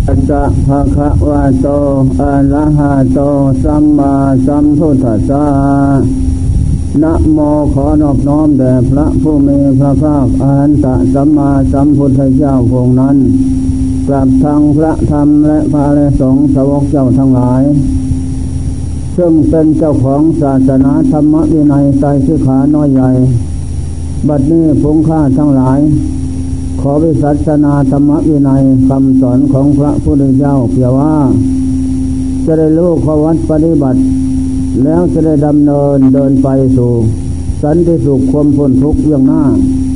ตัสสะภะคะวะโตอะระหะโตสัมมาสัมพุทธัสสะนะโมขอนอบน้อมแด่พระผู้มีพระภาคอรหันตสัมมาสัมพุทธเจ้าพระองค์นั้นกราบทางพระธรรมและพระอริยสงฆ์สาวกเจ้าทั้งหลายซึ่งเป็นเจ้าของศาสนาธรรมวินัยไตรสิกขาน้อยใหญ่บัดนี้พงข้าทั้งหลายขอวิสัชนาธรรมวินัยคำสอนของพระพุทธเจ้าเพียงว่าจะได้รู้ข้อวัดปฏิบัติแล้วจะได้ดำเนินเดินไปสู่สันติสุขความพ้นทุกข์เบื้องหน้า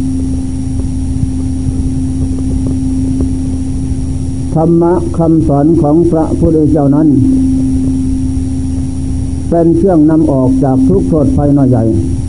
ธรรมะคำสอนของพระพุทธเจ้านั้นเป็นเครื่องนำออกจากทุกข์โทษภัยน้อยใหญ่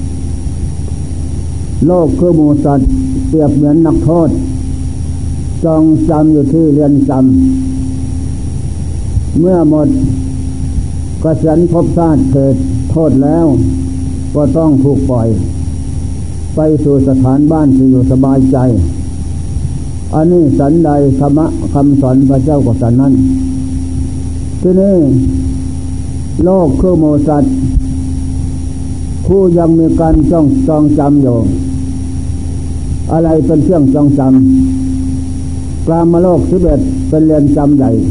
โลกคือหมู่สัตว์เปรียบเหมือนนักโทษจองจำอยู่ที่เรือนจำเมื่อหมดกเกษียณภพชาติเกิดโทษแล้วก็ต้องถูกปล่อยไปสู่สถานบ้านที่อยู่สบายใจอันนี้สันใดธรรมะคำสอนพระเจ้าก็สันนั้นที่นี่โลกคือหมู่สัตว์ผู้ยังมีการจองจำอยู่อะไรเป็นเครื่องจองจำกามโลก11เป็นเรือนจำใหญ่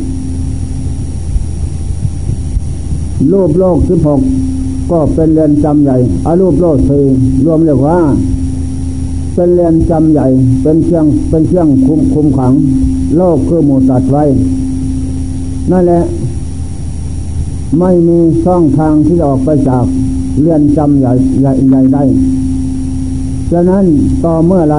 รูปโลก16ก็เป็นเรือนจำใหญ่อรูปโลก4รวมเรียกว่าเป็นเรือนจำใหญ่เป็นเครื่องคุมขังโลกคือหมู่สัตว์ไว้นั่นแหละไม่มีช่องทางที่จะออกไปจากเรือนจำใหญ่ได้ฉะนั้นต่อเมื่อไร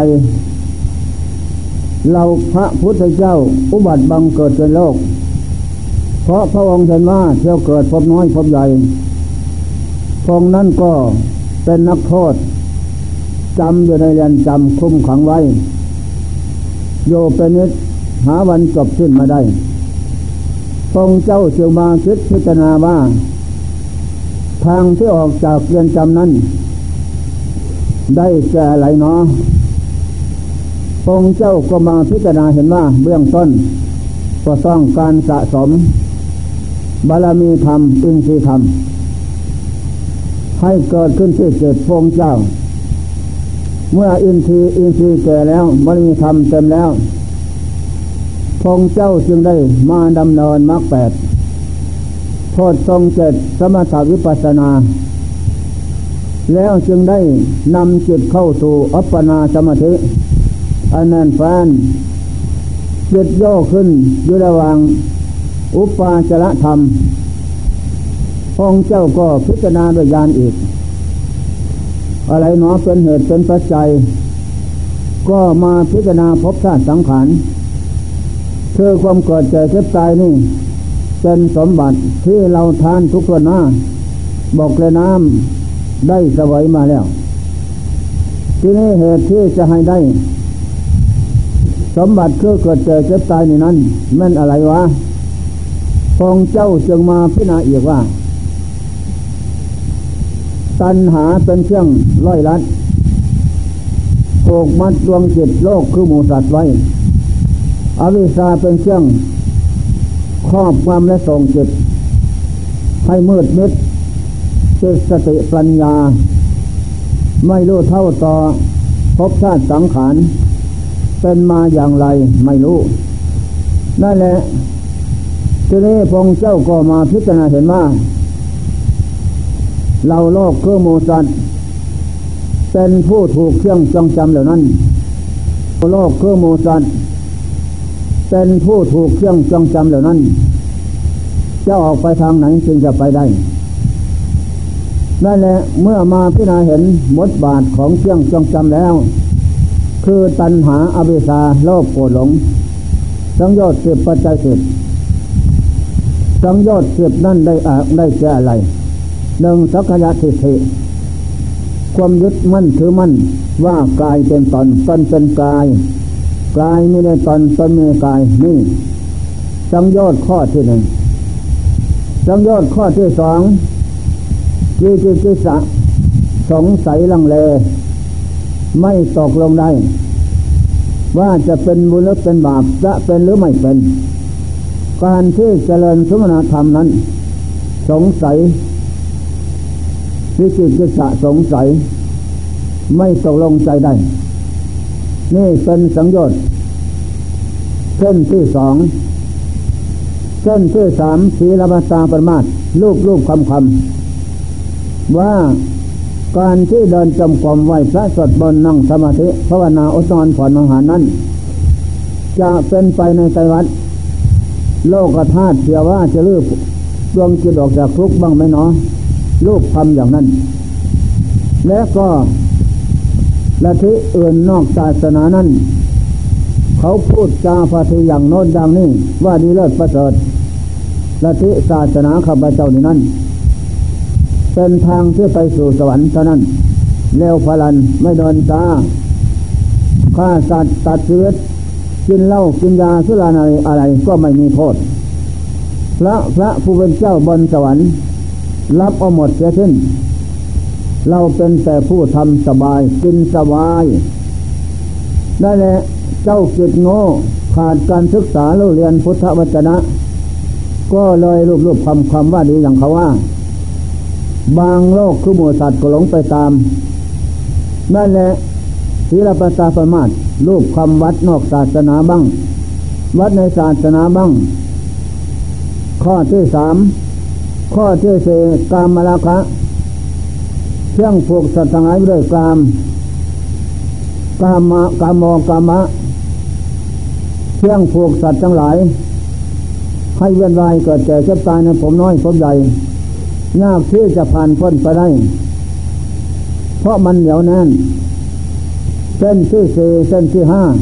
เราพระพุทธเจ้าอุบัติบังเกิดเป็นโลกเพราะพระองค์เห็นว่าเที่ยวเกิดพบน้อยพบใหญ่พระองค์นั้นก็เป็นนักโทษจำอยู่ในเรือนจำคุมขังไว้โยเป็นนิดหาวันจบสิ้นมาได้พระองค์เจ้าจึงมาคิดพิจารณาว่าทางที่ออกจากเรือนจำนั้นได้แก่อะไรเนาะพระองค์เจ้าก็มาพิจารณาเห็นว่าเบื้องต้นก็ต้องการสะสมบารมีธรรมอินทรีย์ธรรมให้เกิดขึ้นที่จิตพระองค์เจ้าเมื่ออินทรีย์แก่แล้วบารมีธรรมเต็มแล้วพระองค์เจ้าจึงได้มาดำเนินมรรค8โพชฌงค์7สมถวิปัสสนาแล้วจึงได้นำจิตเข้าสู่อัปปนาสมาธิอันนั้นแฟนจิตโยกขึ้นอยู่ระหว่างอุปาจารธรรมพระองค์เจ้าก็พิจารณาด้วยญาณอีกอะไรหนอเป็นเหตุเป็นปัจจัยก็มาพิจารณาภพชาติสังขารคือความเกิดแก่เจ็บตายนี่เป็นสมบัติที่เราทานทุกคนหน้าบอกเลยน้ำได้เสวยมาแล้วที่นี่เหตุที่จะให้ได้สมบัติคือเกิดแก่เจ็บตายนี่นั้นแม่นอะไรวะพระองค์เจ้าจึงมาพิจารณาอีกว่าตัณหาเป็นเครื่องร้อยลัดผูกมัดดวงจิตโลกคือหมู่สัตว์ไว้อวิชชาเป็นเครื่องครอบความและส่งจิตให้มืดมิดจิตสติปัญญาไม่รู้เท่าต่อภพชาติสังขารเป็นมาอย่างไรไม่รู้นั่นแหละทีนี้พระองค์เจ้าก็มาพิจารณาเห็นว่าเราโลกคือหมู่สัตว์เป็นผู้ถูกเครื่องจองจำเหล่านั้นโลกคือหมู่สัตว์เป็นผู้ถูกเครื่องจองจำเหล่านั้นจะออกไปทางไหนจึงจะไปได้นั่นแหละเมื่อมาพิจารณาเห็นบทบาทของเครื่องจองจำแล้วคือตัณหาอวิชชาโลภโกรธหลงสังโยชน์10ปัจจัย10สังโยชน์10นั่นได้แก่อะไร1สักขะทิฏฐิความยึดมั่นถือมั่นว่ากายเป็นตนเป็นกายไม่ได้ตนไม่ได้กายนี่สังโยชน์ข้อที่1สังโยชน์ข้อที่2วิจิกิจฉาสงสัยลังเลไม่ตกลงได้ ว่าจะเป็นบุญหรือเป็นบาปจะเป็นหรือไม่เป็นการที่เจริญสมณธรรมนั้นสงสัยวิจิกิจฉะสงสัยไม่ตกลงใจได้นี่เป็นสังโยชน์เส้นที่สองเส้นที่สามศีลปตาปรมาทรูปคำว่าการที่เดินจงกรมไหว้พระสวดมนต์นั่งสมาธิภาวนาอดนอนผ่อนอาหารนั้นจะเป็นไปในไตรวัฏโลกธาตุเสียว่าจะลื้อดวงจิตออกจากทุกข์บ้างไหมเนาะรูปคำอย่างนั้นและก็ลัทธิอื่นนอกศาสนานั้นเขาพูดจาพาทีอย่างโน้นอย่างนี้ว่าดีเลิศประเสริฐลัทธิศาสนาข้าพเจ้านี้นั้นเป็นทางที่ไปสู่สวรรค์เท่านั้นเลวพลันไม่โดนตาฆ่าสัตว์ตัดชีวิตกินเหล้ากินยาสุราอะไรก็ไม่มีโทษพระผู้เป็นเจ้าบนสวรรค์รับเอาหมดเสียสิ้นเราเป็นแต่ผู้ทำสบายกินสบายได้แหละเจ้ากิจโง่ขาดการศึกษาเรียนพุทธวจนะก็เลยรูปคำว่าดีอย่างเขาว่าบางโลกคือหมูสัตว์ก็หลงไปตามนั่นแหละศีลปตาปรมาทรูปคำวัดนอกศาสนาบ้างวัดในศาสนาบ้างข้อที่สามข้อที่สี่กามราคะเครื่องผูกสัตว์ทั้งหลายด้วยกามโมกามะเครื่องผูกสัตว์ทั้งหลายให้เวียนว่ายเกิดแก่เจ็บตายในภพน้อยภพใหญ่ยากที่จะผ่านพ้นไปได้เพราะมันเหนียวแน่นเส้นที่สี่เส้นที่ห้า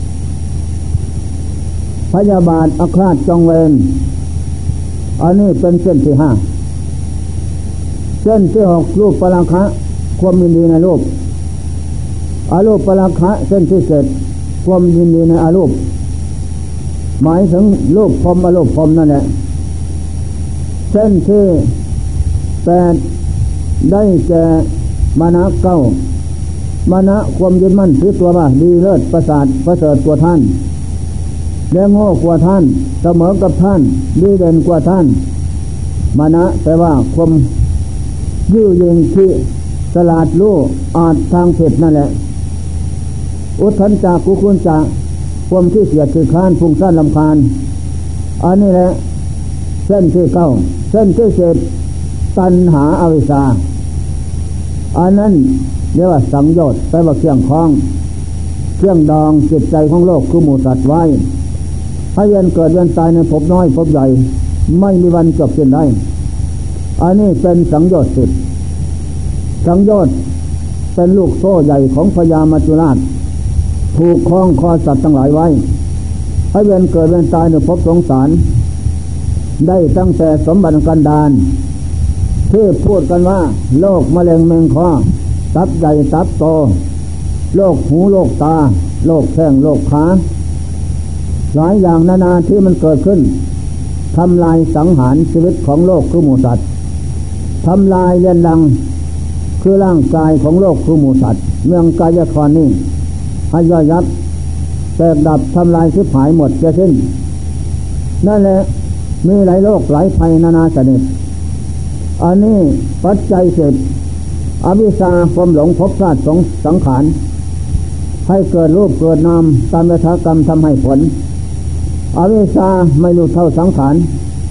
พยาบาทอาฆาตจองเวรอันนี้เป็นเส้นที่ห้าเส้นที่หกรูปปราคะความยินดีในรูปอรูปปราคะเส้นที่เจ็ดความยินดีในอรูปหมายถึงรูปพรหมอรูปพรหมนั่นแหละเส้นที่แปดได้แก่มานะเก้ามานะความยึดมั่นถือตัวว่าดีเลิศประเสริฐกว่าท่านและโง่กว่าท่านเสมอกับท่านดีเด่นกว่าท่านมานะแปลว่าความยื้อยิงที่ฉลาดรู้อาจทางเพศนั่นแหละอุทธันจากกุคุนจากความที่เสียดคือค้านฟุ้งซ่านรำคาญอันนี้แหละเส้นที่เก้าเส้นที่สิบตัณหาอวิชชาอันนั้นเรียกว่าสังโยชน์แปลว่าเครื่องคล้องเครื่องดองจิตใจของโลกคือหมู่สัตว์ไว้ให้เวียนเกิดเวียนตายในภพน้อยภพใหญ่ไม่มีวันจบสิ้นได้อันนี้เป็นสังโยชน์สิบสังโยชน์เป็นลูกโซ่ใหญ่ของพญามัจจุราชถูกคล้องคอสัตว์ทั้งหลายไว้ให้เวียนเกิดเวียนตายในภพสงสารได้ตั้งแต่สมบัติกันดารที่พูดกันว่าโรคมะเร็งเมงคอตับใหญ่ตับโตโรคหูโรคตาโรคแข้งโรคขาหลายอย่างนานาที่มันเกิดขึ้นทำลายสังหารชีวิตของโลกคือหมู่สัตว์ทำลายเลียนลังคือร่างกายของโลกคือหมู่สัตว์เมืองกายครนี้ให้ย่อยยับแตกดับทำลายชิบหายหมดจะสิ้นนั่นแหละมีหลายโรคหลายภัยนานาชนิดอันนี้ปัจจัยเสร็จอวิชชาความหลงภพชาติสังขารให้เกิดรูปเกิดนามตามยถากรรมทำให้ผลอวิชชาไม่รู้เท่าสังขาร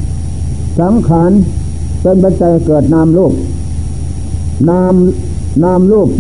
เป็นปัจจัยเกิดนามรูปนามรูป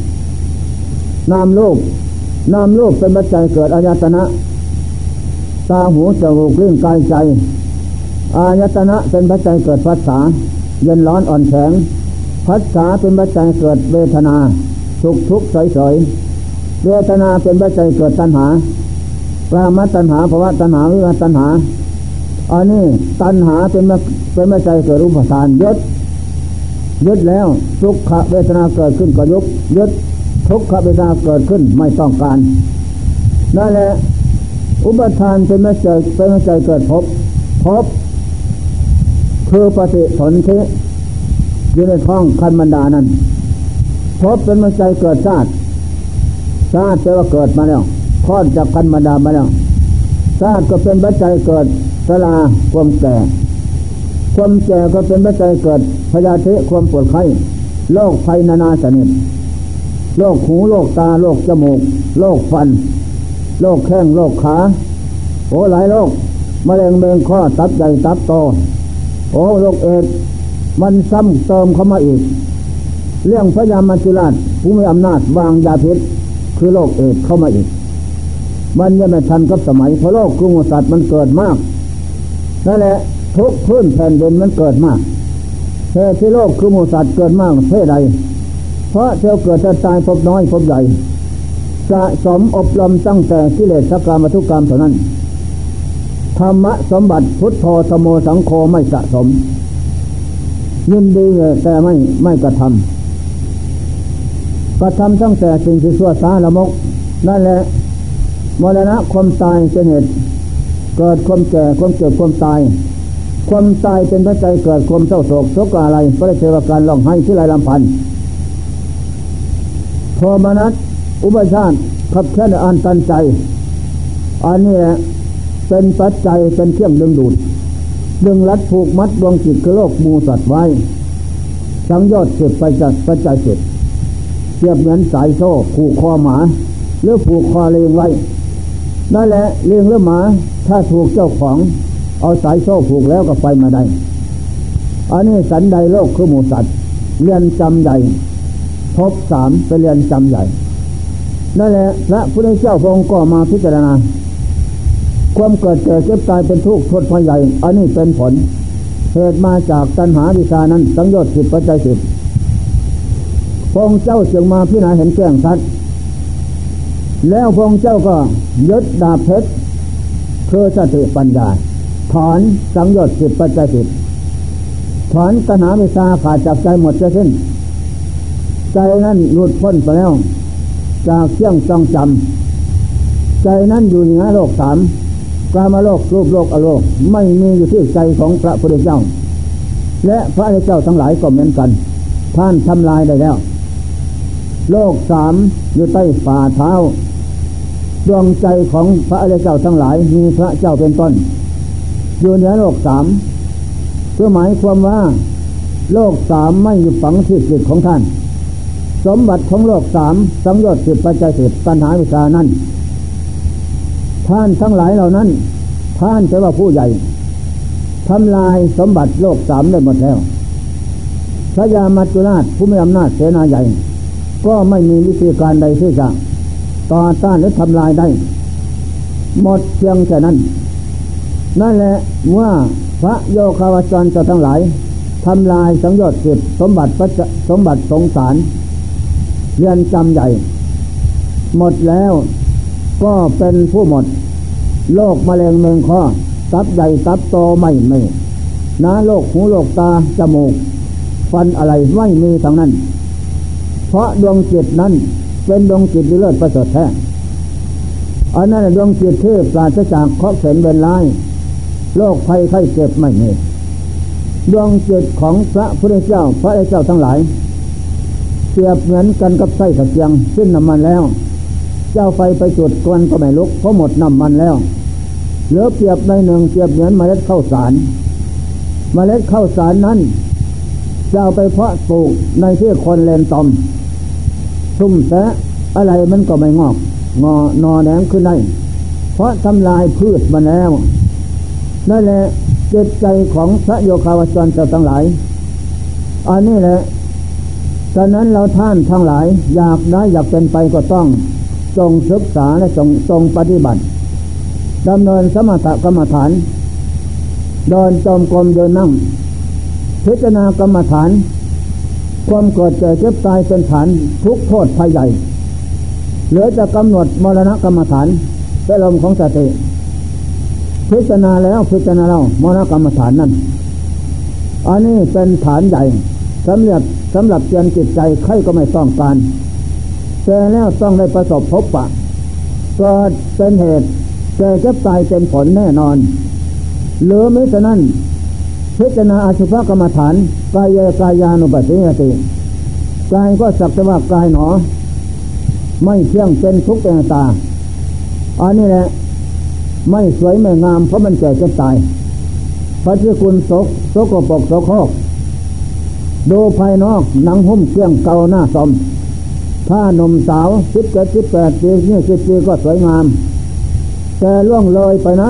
เป็นปัจจัยเกิดอายตนะตาหูจมูกลิ้นกายใจอายตนะเป็นปัจจัยเกิดภาษาเย็นร้อนอ่อนแข็งภาษาเป็นปัจจัยเกิดเวทนาสุขทุกข์เฉยๆเวทนาเป็นปัจจัยเกิดตัณหากามตัณหาภวตัณหาวิภวตัณหาอันนี้ตัณหาเป็นปัจจัยเกิดรูปฌานยึดแล้วทุกขเวทนาเกิดขึ้นก็ยึดทุกขเวทนาเกิดขึ้นไม่ต้องการนั่นแหละอุปทานเป็นปัจจัยเกิดภพคือปฏิสนธิอยู่ในท้องคันมันดานั้นภพเป็นปัจจัยเกิดชาติแปลว่าเกิดมาแล้วคลอดจากคันมันดามาแล้วชาติก็เป็นปัจจัยเกิดชราความแก่ความแก่ก็เป็นปัจจัยเกิดพยาธิความปวดไข้โรคภัยนานาชนิดโรคหูโรคตาโรคจมูกโรคฟันโรคแข้งโรคขาโอ้หลายโรคมะเร็งเบงข้อตับใหญ่ตับโตโอ้โรคเอดส์มันซ้ำเติมเข้ามาอีกเรื่องพยามัจจุราชผู้มีอำนาจวางยาพิษคือโรคเอดส์เข้ามาอีกมันยังไม่ทันกับสมัยเพราะโรคกรุงสัตว์มันเกิดมากนั่นแหละทุกพื้นแผ่นดินมันเกิดมากเหตุที่โรคคือหมูสัตว์เกิดมากเพศใดเพราะเที่ยวเกิดจะตายพบน้อยพบใหญ่สะสมอบรมตั้งแต่กิเลสกรรมวัตถุกรรมเท่านั้นธรรมะสมบัติพุทโธธโมสังโฆไม่สะสมยินดีแต่ไม่กระทำตั้งแต่สิ่งที่ชั่วช้าละมกนั่นแหละมรณะความตายเป็นเหตุเกิดความแก่ความเจ็บความตายเป็นปัจจัยเกิดความเศร้าโศกโศกอะไรพระเทวการร้องไห้ที่ไรลำพันธ์โทมนัสอุปชาติขับแค้นอันตันใจอันนี้เป็นปัจจัยเป็นเครื่องดึงดูดดึงรัดผูกมัดดวงจิตคือโลกมูสัตว์ไว้สังโยชน์สืบไปจากปัจจัยสืบเทียบเหมือนสายโซ่ผูกคอหมาหรือผูกคอเลี้ยงไว้นั่นแหละเลี้ยงหรือหมาถ้าถูกเจ้าของเอาสายโซ่ผูกแล้วก็ไปมาได้อันนี้สันใดโลกคือหมูสัตว์เรือนจำใหญ่ภพ3เป็นเรือนจำใหญ่นั่นแหละพระพุทธเจ้าพระองค์ก็มาพิจารณาความเกิดแก่เจ็บตายเป็นทุกข์โทษภัยใหญ่อันนี้เป็นผลเหตุมาจากตัณหาวิชานั้นสังโยชน์10ปัจจัย10พระองค์เจ้าจึงมาพิจารณาเห็นแจ้งชัดแล้วพระองค์เจ้าก็ยึดดาบเพชรคือสติปัญญาถอนสังโยชน์10ปัจจัย10ถอนตัณหาวิชาขาดจากใจหมดจะสิ้นใจนั้นหลุดพ้นไปแล้วจากเครื่องจองจำใจนั้นอยู่เหนือโลก3กามโลกรูปโลกอโลกไม่มีอยู่ที่ใจของพระพุทธเจ้าและพระอริยเจ้าทั้งหลายก็เหมือนกันท่านทำลายได้แล้วโลก3อยู่ใต้ฝ่าเท้าดวงใจของพระอริยเจ้าทั้งหลายมีพระเจ้าเป็นต้นอยู่เหนือโลก3เพื่อหมายความว่าโลก3ไม่อยู่ฝังที่จิตของท่านสมบัติของโลก3สังโยชน์10ปัจจัย10ตัณหาวิชานั้นท่านทั้งหลายเหล่านั้นท่านจะว่าผู้ใหญ่ทำลายสมบัติโลก3ได้หมดแล้วพระยามัจจุราชผู้มีอำนาจเสนาใหญ่ก็ไม่มีวิธีการใดที่จะต่อต้านหรือทำลายได้หมดเพียงแค่นั้นนั่นแหละเมื่อพระโยคาวจรเจ้าทั้งหลายทำลายสังโยชน์10สมบัติสงสารเรือนจำใหญ่หมดแล้วก็เป็นผู้หมดโรคมะเร็งเมืองคอตับใหญ่ตับโตไม่นะโรคหูโรคตาจมูกฟันอะไรไม่มีทั้งนั้นเพราะดวงจิตนั้นเป็นดวงจิตที่เลิศประเสริฐแท้อันนั้นดวงจิตที่ปราศจากเคราะห์เข็ญเวรร้ายโรคภัยไข้เจ็บไม่มีดวงจิตของพระพุทธเจ้าพระอริยเจ้าทั้งหลายเปรียบเหมือนกันกับไส้ตะเกียงสิ้นน้ำมันแล้วเจ้าไฟไปจุดกวนก็ไม่ลุกเพราะหมดน้ำมันแล้วเหลือเปรียบในหนึ่งเปรียบเหมือนเมล็ดข้าวสารนั้นเจ้าไปเพาะปลูกในที่คนเลนตอมซุ่มแซะอะไรมันก็ไม่งอกนอแหนงขึ้นได้เพราะทำลายพืชมาแล้วนั่นแหละจิตใจของพระโยคาวจรเจ้าทั้งหลายอันนี้แหละฉะนั้นเราท่านทั้งหลายอยากได้อยากเป็นไปก็ต้องจงศึกษาและจงปฏิบัติดำเนินสมถกรรมฐานเดินจงกรมเดินนั่งพิจารณากรรมฐานความเกิดแก่เจ็บตายเป็นฐานทุกโทษภัยใหญ่เหลือจะกำหนดมรณะกรรมฐานเป็นลมของสติพิจารณาแล้วพิจารณาเล่ามรณะกรรมฐานนั้นอันนี้เป็นฐานใหญ่สำหรับเตือนจิตใจใครก็ไม่ต้องการแต่แล้วต้องได้ประสบพบปะเกิดเป็นเหตุแก่เจ็บตายเป็นผลแน่นอนหรือไม่ฉะนั้นพิจารณาอสุภกรรมฐานกายานุปัสสิยติกายก็สักแต่ว่ากายหนอไม่เที่ยงเป็นทุกข์เป็นตาอันนี้แหละไม่สวยไม่งามเพราะมันแก่จะตายปฏิกูลโสกปรกโสโครกดูภายนอกหนังหุ้มเกลี้ยงเก่าหน้าสมถ้าหนุ่มสาว17 18 ปี20 ปีก็สวยงามแต่ล่วงเลยไปนะ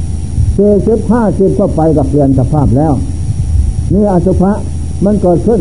40 50ก็ไปกับเปลี่ยนสภาพแล้วนี่อสุภะมันเกิดขึ้น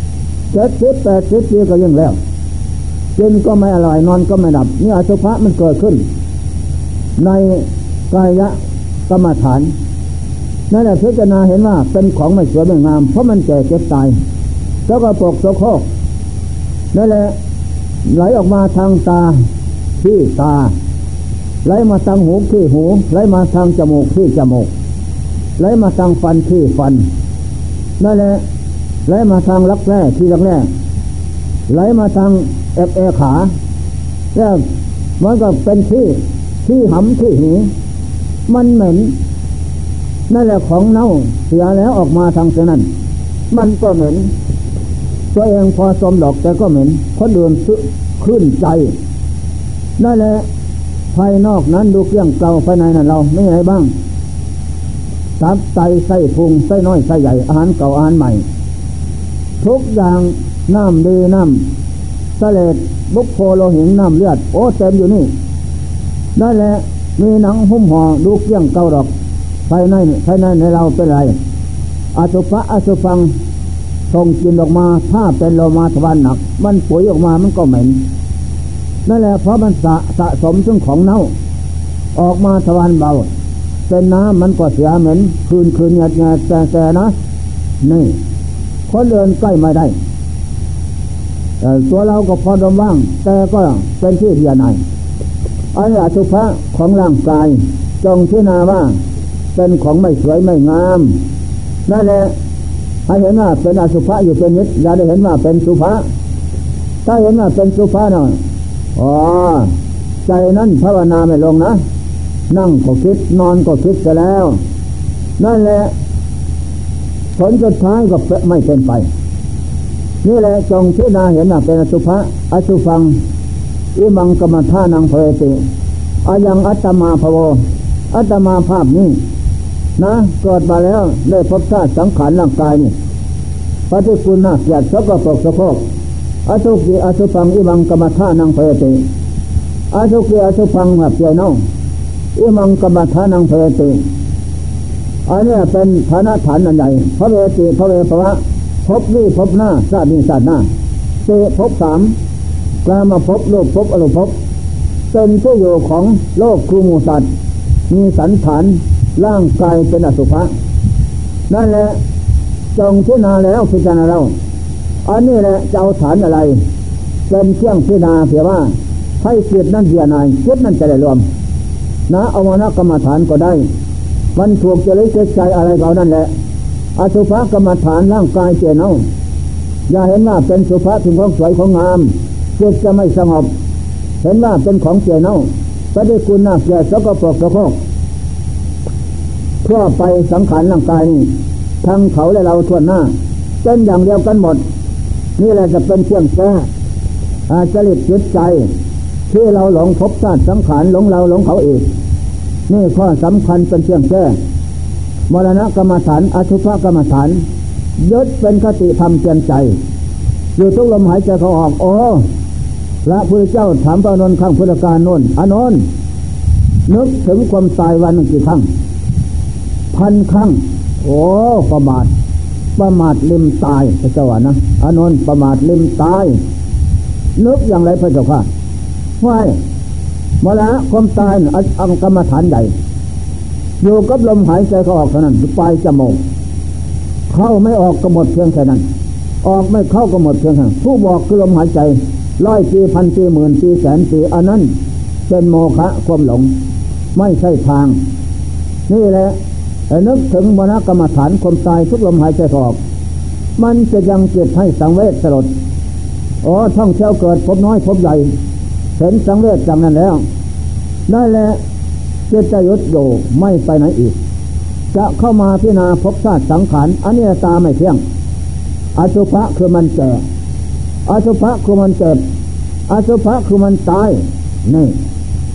70 80 ปีก็ยิ่งแล้วกินก็ไม่อร่อยนอนก็ไม่หลับนี่อสุภะมันเกิดขึ้นในกายกรรมฐานนั่นแหละพิจารณาเห็นว่าเป็นของไม่สวยไม่งามเพราะมันแก่เจ็บตายแล้วก็ปกโสโครกนั่นแหละไหลออกมาทางตาที่ตาไหลมาทางหูที่หูไหลมาทางจมูกที่จมูกไหลมาทางฟันที่ฟันนั่นแหละไหลมาทางรักแร้ที่รักแร้ไหลมาทางเอขาแล้วมันก็เป็นที่หำที่หีมันเหม็นนั่นแหละของเน่าเสียแล้วออกมาทางเส้นนั้นมันก็เหม็นตัวเองพอสมดอกแต่ก็เหม็นคนอื่นขึ้นใจนั่นแหละภายนอกนั้นดูเกลี้ยงเกลาภายในนั้นเราไม่อะไรบ้างตับไตไส้พุงไส้น้อยไส้ใหญ่อาหารเก่าอาหารใหม่ทุกอย่างน้ำดีน้ำเสลดบุกโพโลหิงน้ำเลือดโอ้เต็มอยู่นี่นั่นแหละมีหนังหุ้มห่อดูเกลี้ยงเกลาดอกภายในในเราเป็นไรอสุภะอสุฟังส่งกินออกมาถ้าเป็นโลมาทวารหนักมันปุ๋ยออกมามันก็เหม็นนั่นแหละเพราะมันสะสมซึ่งของเน่าออกมาทวารเบาเป็นน้ำมันก็เสียเหม็นคืนหยาดแต่นะนี่คนเดินใกล้ไม่ได้ตัวเราก็พอดมว่างแต่ก็เป็นที่เดียนายอันนี้อสุภะของร่างกายจงพิจารณาว่าเป็นของไม่สวยไม่งามนั่นแหละให้เห็นว่าเป็นอสุภะอยู่เป็นนิดอย่าได้เห็นว่าเป็นสุภะถ้าเห็นว่าเป็นสุภะน่ะอ๋อใจนั้นภาวนาไม่ลงนะนั่งก็คิดนอนก็คิดไปแล้วนั่นแหละผลสุดท้ายก็ไม่เป็นไปนี่แหละจงพิจารณาเห็นว่าเป็นอสุภะอสุฟังอิมังกรรมฐานังเพติอายังอัตตมาภโวอัตมาภาพนี้นะเกิดมาแล้วได้พบชาติสังขารร่างกายนี่ปฏิกูลน่าเกลียดสกปรกโสโครกอสุขีอสุฟังอิมังกรรมฐานังเพติอสุขีอสุฟังแบบเจียวน้องอิมังกรรมฐานังเพติอันนี้เป็นฐานะฐานอันใหญ่พระเวทีพระเวภวะพบนี้พบหน้าชาตินี้ชาติหน้าเตพบ3กลามาพบโลกพบอรูปพบเป็นที่อยู่ของโลกคือหมู่สัตว์มีสันฐานร่างกายเป็นอสุภะนั่นแหละจงพิจารณาแล้วพิจารณาแล้วอันนี้แหละจะเอาฐานอะไรเป็นเครื่องพิจารณาเพียงว่าให้จิตนั้นเดียนายจิตนั้นจะได้รวมนะเอามานกรรมฐานก็ได้มันถูกจริตใจอะไรเขานั่นแหละอสุภะกรรมฐานร่างกายเจเนาอย่าเห็นว่าเป็นสุภะถึงของสวยของงามจิตจะไม่สงบเห็นว่าเป็นของเจเนาปฏิกูลน่าเกลียดสกปรกโสโครกทั่วไปสังขารร่างกายนี่ทั้งเขาและเราทั่วหน้าเป็นอย่างเดียวกันหมดนี่แหละจะเป็นเครื่องแก้จริตจิตใจที่เราหลงภพชาติสังขารหลงเราหลงเขาอีกนี่ข้อสำคัญเป็นเครื่องแก้มรณะกรรมฐานอสุภกรรมฐานยึดเป็นคติธรรมเตือนใจอยู่ทุกลมหายใจเขาออกโอ้พระพุทธเจ้าถามพระอานนท์ข้างพุทธการโน้นอานนท์นึกถึงความตายวันหนึ่งกี่ครั้ง1,000 ครั้งโอ้ประมาทลืมตายพระเจ้าว่านะอานนท์ประมาทลืมตายนึกอย่างไรพระเจ้าค่ะว่ายมรณะความตายอังกรรมฐานใหญ่อยู่กับลมหายใจเขาออกเท่านั้นปลายจมูกเข้าไม่ออกก็หมดเพียงแค่นั้นออกไม่เข้าก็หมดเพียงแค่นั้นผู้บอกคือลมหายใจ100 ปีพันปีหมื่นปีแสนปีอันนั้นเป็นโมฆะความหลงไม่ใช่ทางนี่แหละนึกถึงมรณะกรรมฐานความตายทุกลมหายใจออกมันจะยังเกิดให้สังเวชสลดอ๋อท่องเที่ยวเกิดพบน้อยพบใหญ่เห็นสังเวชจังนั้นแล้วได้แหละจิตจะหยุดอยู่ไม่ไปไหนอีกจะเข้ามาพิจารณาภพชาติสังขารอันนี้ตาไม่เที่ยงอสุภะคือมันแก่อสุภะคือมันเจ็บอสุภะคือมันตายนี่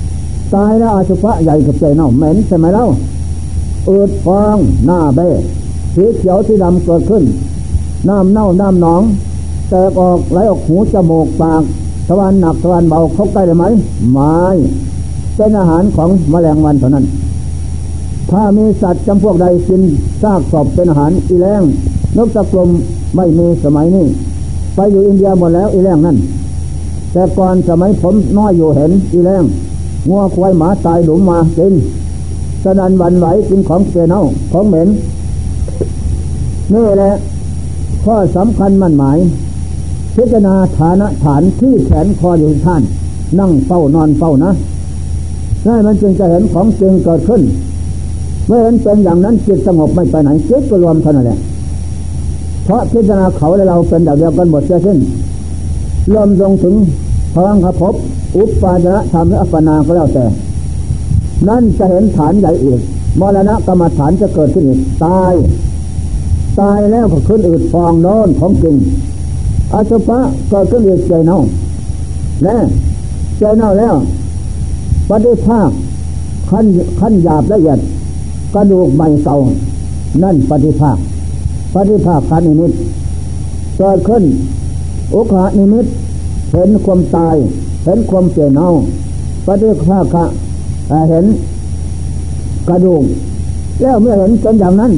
ตายแล้วอสุภะใหญ่กับใจเน่าเหม็นใช่ไหมเล่าอืดฟองหน้าเบ้สีเขียวสีดำเกิดขึ้นน้ำเน่าน้ำหนองแตกออกไหลออกหูจมูกปากทวารหนักทวารเบาเข้าใกล้ได้ไหมไม่เป็นอาหารของแมลงวันเท่านั้นถ้ามีสัตว์จำพวกใดกินซากศพเป็นอาหารอีแรงนกตะกลมไม่มีสมัยนี้ไปอยู่อินเดียหมดแล้วอีแรงนั่นแต่ก่อนสมัยผมน้อยอยู่เห็นอีแรงงัวควายหมาตายหลุมมากินสนันวันไหวกินของเน่าของเหม็นนี่แหละข้อสำคัญมั่นหมายพิจารณาฐานที่แขนคออยู่ท่านนั่งเฝ้านอนเฝ้านะนั่นมันจึงจะเห็นของจริงเกิดขึ้นเมื่อเห็นเป็นอย่างนั้นจิตสงบไม่ไปไหนจิตก็รวมเท่านั้นแหละเพราะพิจารณาเขาและเราเป็นเดียวกันหมดเสียสิ้นรวมลงถึงพลังขภพอุปปาจารธรรมและอัปปนาก็แล้วแต่นั่นจะเห็นฐานใหญ่อีกมรณะกรรมฐานจะเกิดขึ้นอีกตายแล้วก็ขึ้นอืดฟองโน่นของจริงอสุภะเกิดขึ้นอีกใจเน่าและใจเน่าแล้วปฏิภาคขั้นหยาบละเอียดกระดูกใบเก่านั่นปฏิภาคขันนิมิตเกิดขึ้นอุคหนิมิตเห็นความตายเห็นความเจ็บเน่าปฏิภาคเห็นกระดูกแล้วเมื่อเห็นเป็นอย่างนั้น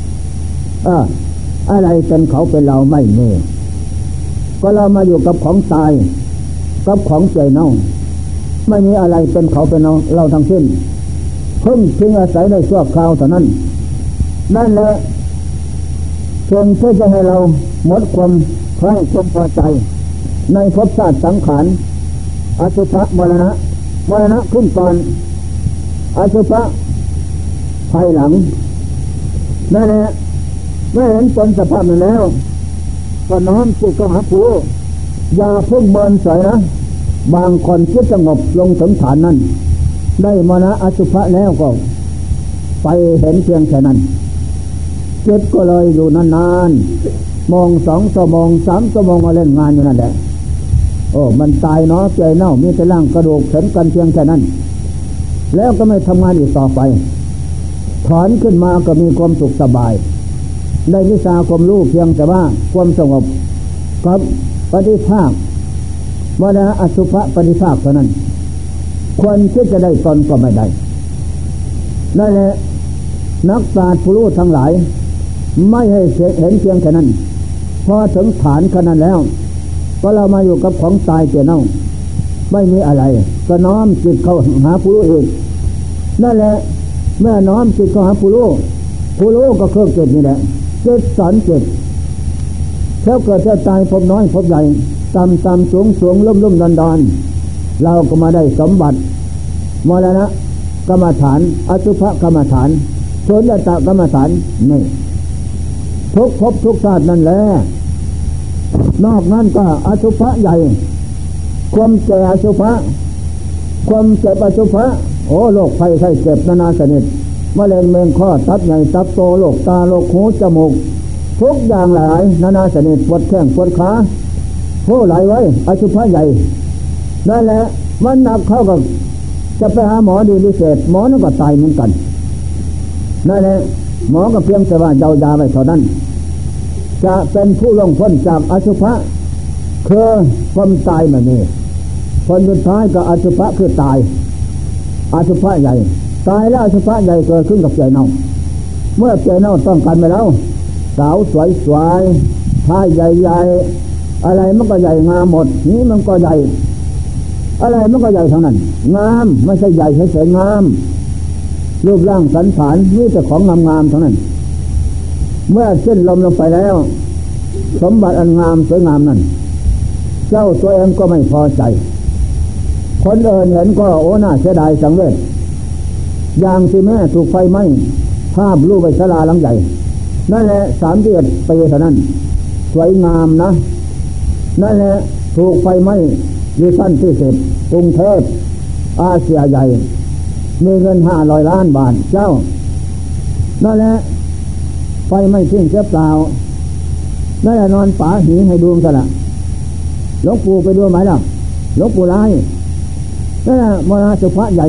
อะไรเป็นเขาเป็นเราไม่มีก็เรามาอยู่กับของตายกับของเจ็บเน่าไม่มีอะไรเป็นเขาเป็นเราทั้งสิ้นเพิ่งทิ้งอาศัยได้ชั่วคราวเท่านั้นนั่นแหละเพียงเพื่อจะให้เราหมดความใคร่ความพอใจในภพชาติสังขารอสุภะมรณะขึ้นก่อนอสุภะภายหลังนั่นแหละเมื่อเห็นตนสภาพนั้นแล้วก็น้อมจิตเข้าหาผู้อย่าเพิ่งเมินเฉยนะบางคนคิดสงบลงถึงฐานนั้นได้มรณะอสุภะแล้วก็ไปเห็นเพียงแค่นั้นจิตก็เลยอยู่นานๆมอง2 ชั่วโมง 3 ชั่วโมงมาเล่นงานอยู่นั่นแหละมันตายเนาะใจเน่ามีแต่ร่างกระดูกเห็นกันเพียงแค่นั้นแล้วก็ไม่ทำงานอีกต่อไปถอนขึ้นมาก็มีความสุขสบายได้วิชาความรู้เพียงแต่ว่าความสงบกับปฏิภาคมรณะอสุภะปฏิภาคเท่านั้นคนที่จะได้ตนก็ไม่ได้นั่นแหละนักปราชญ์ผู้รู้ทั้งหลายไม่ให้เห็นเพียงแค่นั้นพอถึงฐานขนาดนั้นแล้วก็เรามาอยู่กับของตายเจ็บเน่าไม่มีอะไรก็น้อมจิตเข้าหาผู้รู้เองนั่นแหละเมื่อน้อมจิตเข้าหาผู้รู้ก็เครื่องจิตนี่แหละจิตสอนจิตแล้วเกิดจะตายพบน้อยพบใหญ่ต่ำสูงลุ่มดอนเราก็มาได้สมบัติมรณะกรรมฐานอสุภกรรมฐานโสยตกรรมฐานนี่ทุกภพทุกชาตินั่นแหละนอกนั้นก็อสุภะใหญ่ความแก่อสุภะความเจ็บอสุภะโรคภัยไข้เจ็บนานาชนิดมะเร็งเมงข้อตับใหญ่ตับโตโรคตาโรคหูจมูกทุกอย่างหลายนานาชนิดปวดแข้งปวดขาผู้ไหลไว้อสุภะใหญ่นั่นแหละมันหนักเข้ากับจะไปหาหมอดีพิเศษหมอนั่นก็ตายเหมือนกันนั่นแหละหมอก็เพียงแต่ว่าเยียวยาไปเท่านั้นจะเป็นผู้ล่วงพ้นจากอสุภะคือความตายแบบนี้คนสุดท้ายก็อสุภะคือตายอสุภะใหญ่ตายแล้วอสุภะใหญ่เกิดขึ้นกับใจเน่าเมื่อใจเน่าต้องการไปแล้วสาวสวยท้ายใหญ่ๆอะไรมันก็ใหญ่งามหมดนี้มันก็ใหญ่อะไรมันก็ใหญ่ทั้งนั้นงามไม่ใช่ใหญ่เฉยๆงามรูปร่างสันฐานนี่แต่ของงามๆทั้งนั้นเมื่อสิ้นลมลงไปแล้วสมบัติอันงามสวยงามนั้นเจ้าตัวเองก็ไม่พอใจคนอื่นเห็นก็น่าเสียดายสังเวชอย่างที่แม่ถูกไฟไหม้ภาพรูปใบศาลาหลังใหญ่นั่นแหละ31 ปีเท่านั้นสวยงามนะนั่นแหละถูกไฟไหม้ดิชั่นที่10กรุงเทพอาเซียใหญ่มีเงิน500 ล้านบาทเจ้านั่นแหละไฟไม่ทิ้งเสียเปล่านั่นแหละนอนป่าหีให้ดูกันละหลวงปู่ไปดูไหมล่ะหลวงปู่ลายนั่นแหละมรณะสุภะใหญ่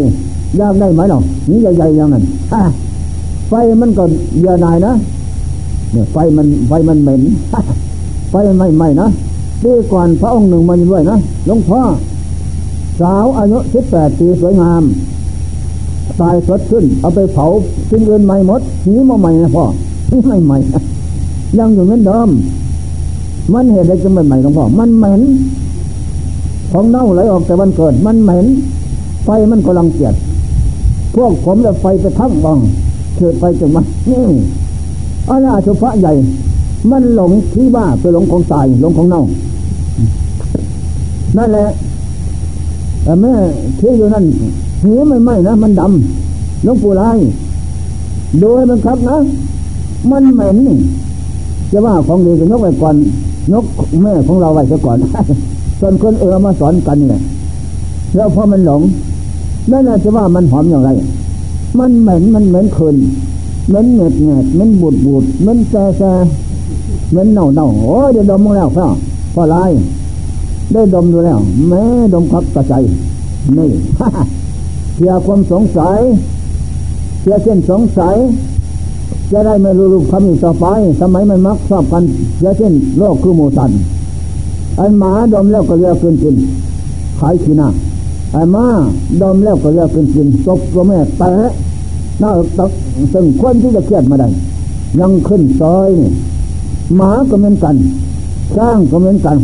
ยากได้ไหมเนาะนี่ใหญ่ๆอย่างนั้นไฟมันก็เยื่อหน่ายนะเนี่ยไฟมันเหม็น ไฟมันไม่นะดีก่อนพระองค์หนึ่งมาอยู่ด้วยนะหลวงพ่อสาวอายุ18 ปีสวยงามตายสดขึ้นเอาไปเผาทิ้งเงินใหม่หมดนี้มาใหม่นะพ่อนี่ไม่ใหม่ยังอยู่เหมือนเดิมมันเหตุใดจะไม่ใหม่หลวงพ่อมันเหม็นของเน่าไหลออกแต่วันเกิดมันเหม็นไฟมันก็รังเกียจพวกผมจะไฟไปทั้งบังเกิดไปจนมันนี่อาณาชุพะใหญ่มันหลงที่บ้าไปหลงของตายหลงของเน่านั่นแหละแต่แม่ที่อยู่นั่นหัวไม่นะมันดำหลวงปู่ลายโดยมันครับนะมันเหม็นนี่จะว่าของดีก็ยกไว้ก่อนยกแม่ของเราไว้ซะก่อน ส่วนคนมาสอนกันเนี่ยแล้วพอมันหลงนั่นน่ะจะว่ามันหอมอย่างไรมันเหม็นคืนเหม็นเหม็นบูดเหม็นแซ่เหม็นเน่าโอ้ยเดี๋ยวดมมาแล้วพอลายได้ดมดูแล้วแม่ดมครับกระใจนี่ เสียความสงสัยเสียเส้นสงสัยจะได้ไม่รู้คำอีกต่อไปสมัยมันมักชอบกันเสียเส้นโลกคือหมูสันไอ้หมาดมแล้วก็เรียกกินขายขี้หน้าไอ้ม้าดมแล้วก็เรียกกินตบตัวแม่แตะหน้าตักซึ่งคนที่จะเครียดมาได้ยังขึ้นซอยนี่หมาก็เหมือนกันช้างก็เหมือนกัน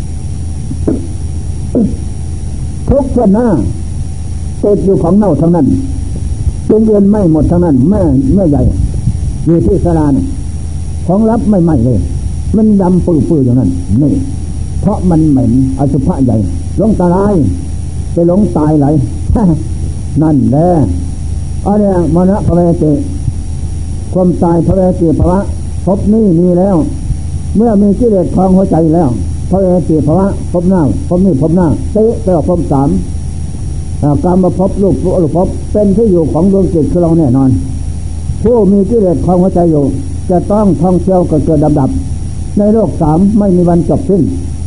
ทุกคนหน้าติดอยู่ของเน่าทั้งนั้นจนเรียนไม่หมดทั้งนั้นแม่ใหญ่อยู่ที่ศาลาเนี่ยของรับไม่เลยมันดำปื้ออย่างนั้นนี่เพราะมันเหม็นอสุภะใหญ่หลงตาลายไปหลงตายไหล นั่นแหละอันนี้มรณะภเวติความตายภเวติภวะพบนี้มีแล้วเมื่อมีกิเลสครองหัวใจแล้วภเวติภวะพบหน้าพบนี้พบหน้าเตะไปออกพบสามการมาพบรูปพบเป็นที่อยู่ของดวงจิตคือเราแน่นอนผู้มีกิเลสครองหัวใจอยู่จะต้องท่องเที่ยวเกิดดับในโลกสามไม่มีวันจบสิ้น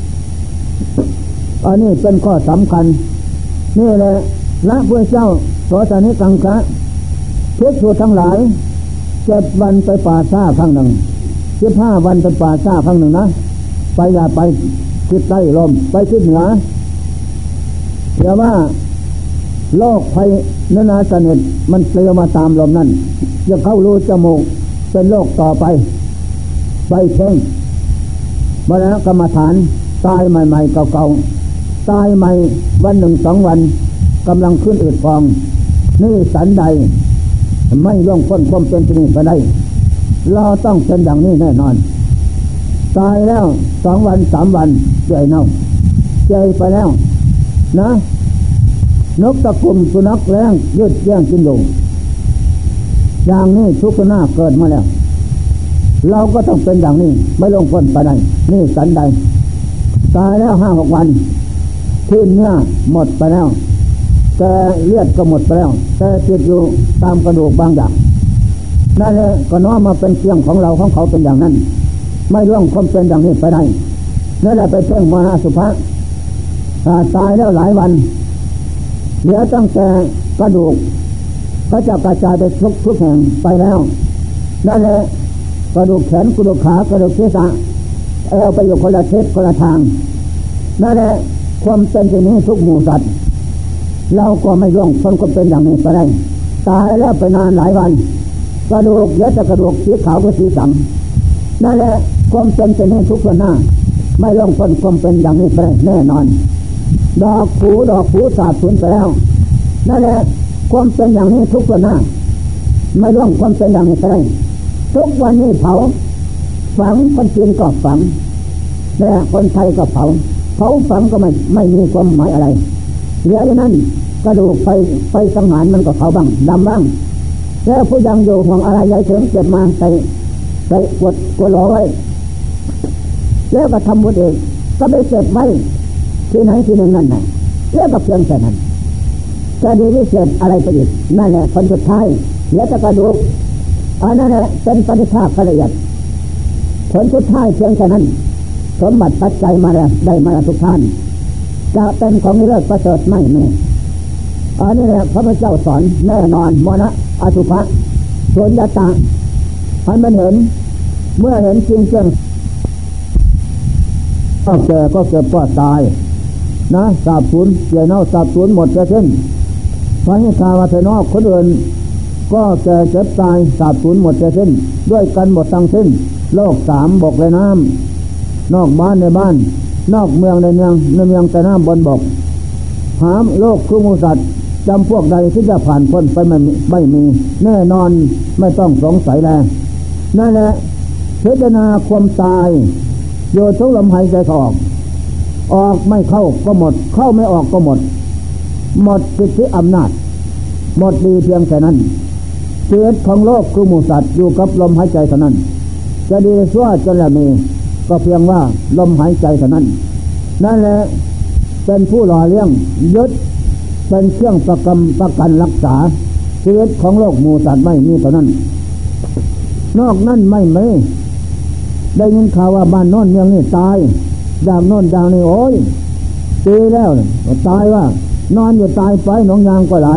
อันนี้เป็นข้อสำคัญนี่แหละละพระเจ้าโสตนิกังคะทุกชั่วทั้งหลาย7 วันไปป่าซ่าครั้งหนึ่ง15 วันไปป่าซ่าครั้งหนึ่งนะไปอย่าไปทิศใต้ลมไปทิศเหนือเดี๋ยวว่าโรคภัยนานาชนิดมันเปลี่ยวมาตามลมนั่นจะเข้ารูจมูกเป็นโรคต่อไปเพ่งมรณะกรรมฐานตายใหม่ๆเก่าๆตายใหม่วัน1-2 วันกำลังขึ้นอืดฟองนี่สันใดไม่ย่องพ้นความเป็นที่นี่ไปได้เราต้องเป็นอย่างนี้แน่นอนตายแล้ว2 วัน 3 วันเจ่อยเน่าเจ่อยไปแล้วนะนกตะกุ่มสุนัขแรงยืดแย่งกินอยู่อย่างนี้ทุกข์หน้าเกิดมาแล้วเราก็ต้องเป็นอย่างนี้ไม่ลงพ้นไปได้นี่สันใดตายแล้ว5-6 วันขึ้นเนื้อหมดไปแล้วแต่เลือดก็หมดไปแล้วแต่ติดอยู่ตามกระดูกบางอย่างนั่นแหละก็น้อมมาเป็นเพียงของเราของเขาเป็นอย่างนั้นไม่ล่วงความเป็นอย่างนี้ไปได้นั่นแหละไปเพ่งมรณะสุภะตายแล้วหลายวันเหลือตั้งแต่กระดูกก็จะกระจายไปทุกแห่งไปแล้วนั่นแหละกระดูกแขนกระดูกขากระดูกศีรษะเอาไปอยู่คนละทิศคนละทางนั่นแหละความเป็นอย่างนี้ทุกหมู่สัตว์เราก็ไม่ร่วงพ้นความเป็นอย่างนี้ไปได้ตายแล้วไปนานหลายวันกระดูกเหลือแต่กระดูกสีขาวกับสีสังนั่นแหละความเป็นอย่างนี้ทุกคนหน้าไม่ร่วงพ้นความเป็นอย่างนี้ไปได้แน่นอนดอกผูสาบสูญไปแล้วนั่นแหละความเป็นอย่างนี้ทุกคนหน้าไม่ร่วงความเป็นอย่างนี้ไปได้ทุกวันนี้เผาฝังคนจีนก็ฝังและคนไทยก็เผาฝังก็ไม่มีความหมายอะไรเหลืออย่างนั้นกระดูกไปสังหารมันก็เผาบ้างดำบ้างแล้วผู้ยังอยู่ของอะไรใหญ่ถึงเก็บมาใส่กดล้อไว้แล้วก็ทำบุญเองก็ไปเก็บไว้ที่ไหนที่หนึ่งนั่นน่ะแล้วก็เพียงแค่นั้นจะดีวิเศษอะไรไปอีกนั่นแหละผลสุดท้ายแล้วจะกระดูกอันนั้นแหละเป็นปฏิภาคละเอียดผลสุดท้ายเพียงแค่นั้นสมบัติปัจจัยมาแล้วได้มาทุกท่านจะเป็นของเลิศประเสริฐไม่อันนี้แหละพระพุทธเจ้าสอนแน่นอนมรณะอสุภะโสญญตาให้มันเห็นเมื่อเห็นจริงจังก็แก่ก็เกิดก็ตายนะสาบสูญเกี่ยวเน่าสาบสูญหมดจะสิ้นพระนิคาวัฒนอกคนอื่นก็แก่เจ็บตายสาบสูญหมดจะสิ้นด้วยกันหมดทั้งสิ้นโลกสามบกในน้ำนอกบ้านในบ้านนอกเมืองในเมืองในเมืองแต่น้ำบนบกหามโลกคือมูสัตว์จำพวกใดที่จะผ่านพ้นไปไม่มีแน่นอนไม่ต้องสงสัยแล้วนั่นแหละพิจารณาความตายโยทุกลมหายใจเขาออกไม่เข้าก็หมดเข้าไม่ออกก็หมดสิทธิอำนาจหมดดีเพียงแค่นั้นชีวิตของโลกคือหมู่สัตว์อยู่กับลมหายใจเท่านั้นจะดีชั่วจะละมีก็เพียงว่าลมหายใจเท่านั้นนั่นแหละเป็นผู้หล่อเลี้ยงยึดเป็นเครื่องประกันรักษาชีวิตของโลกหมู่สัตว์ไม่มีเท่านั้นนอกนั้นไม่มีได้ยินข่าวว่าบ้านโน้นเมืองนี้ตายอย่างโน้นอย่างนี้โอ้ยตีแล้วตายว่านอนอยู่ตายไปหนองยางก็ไหล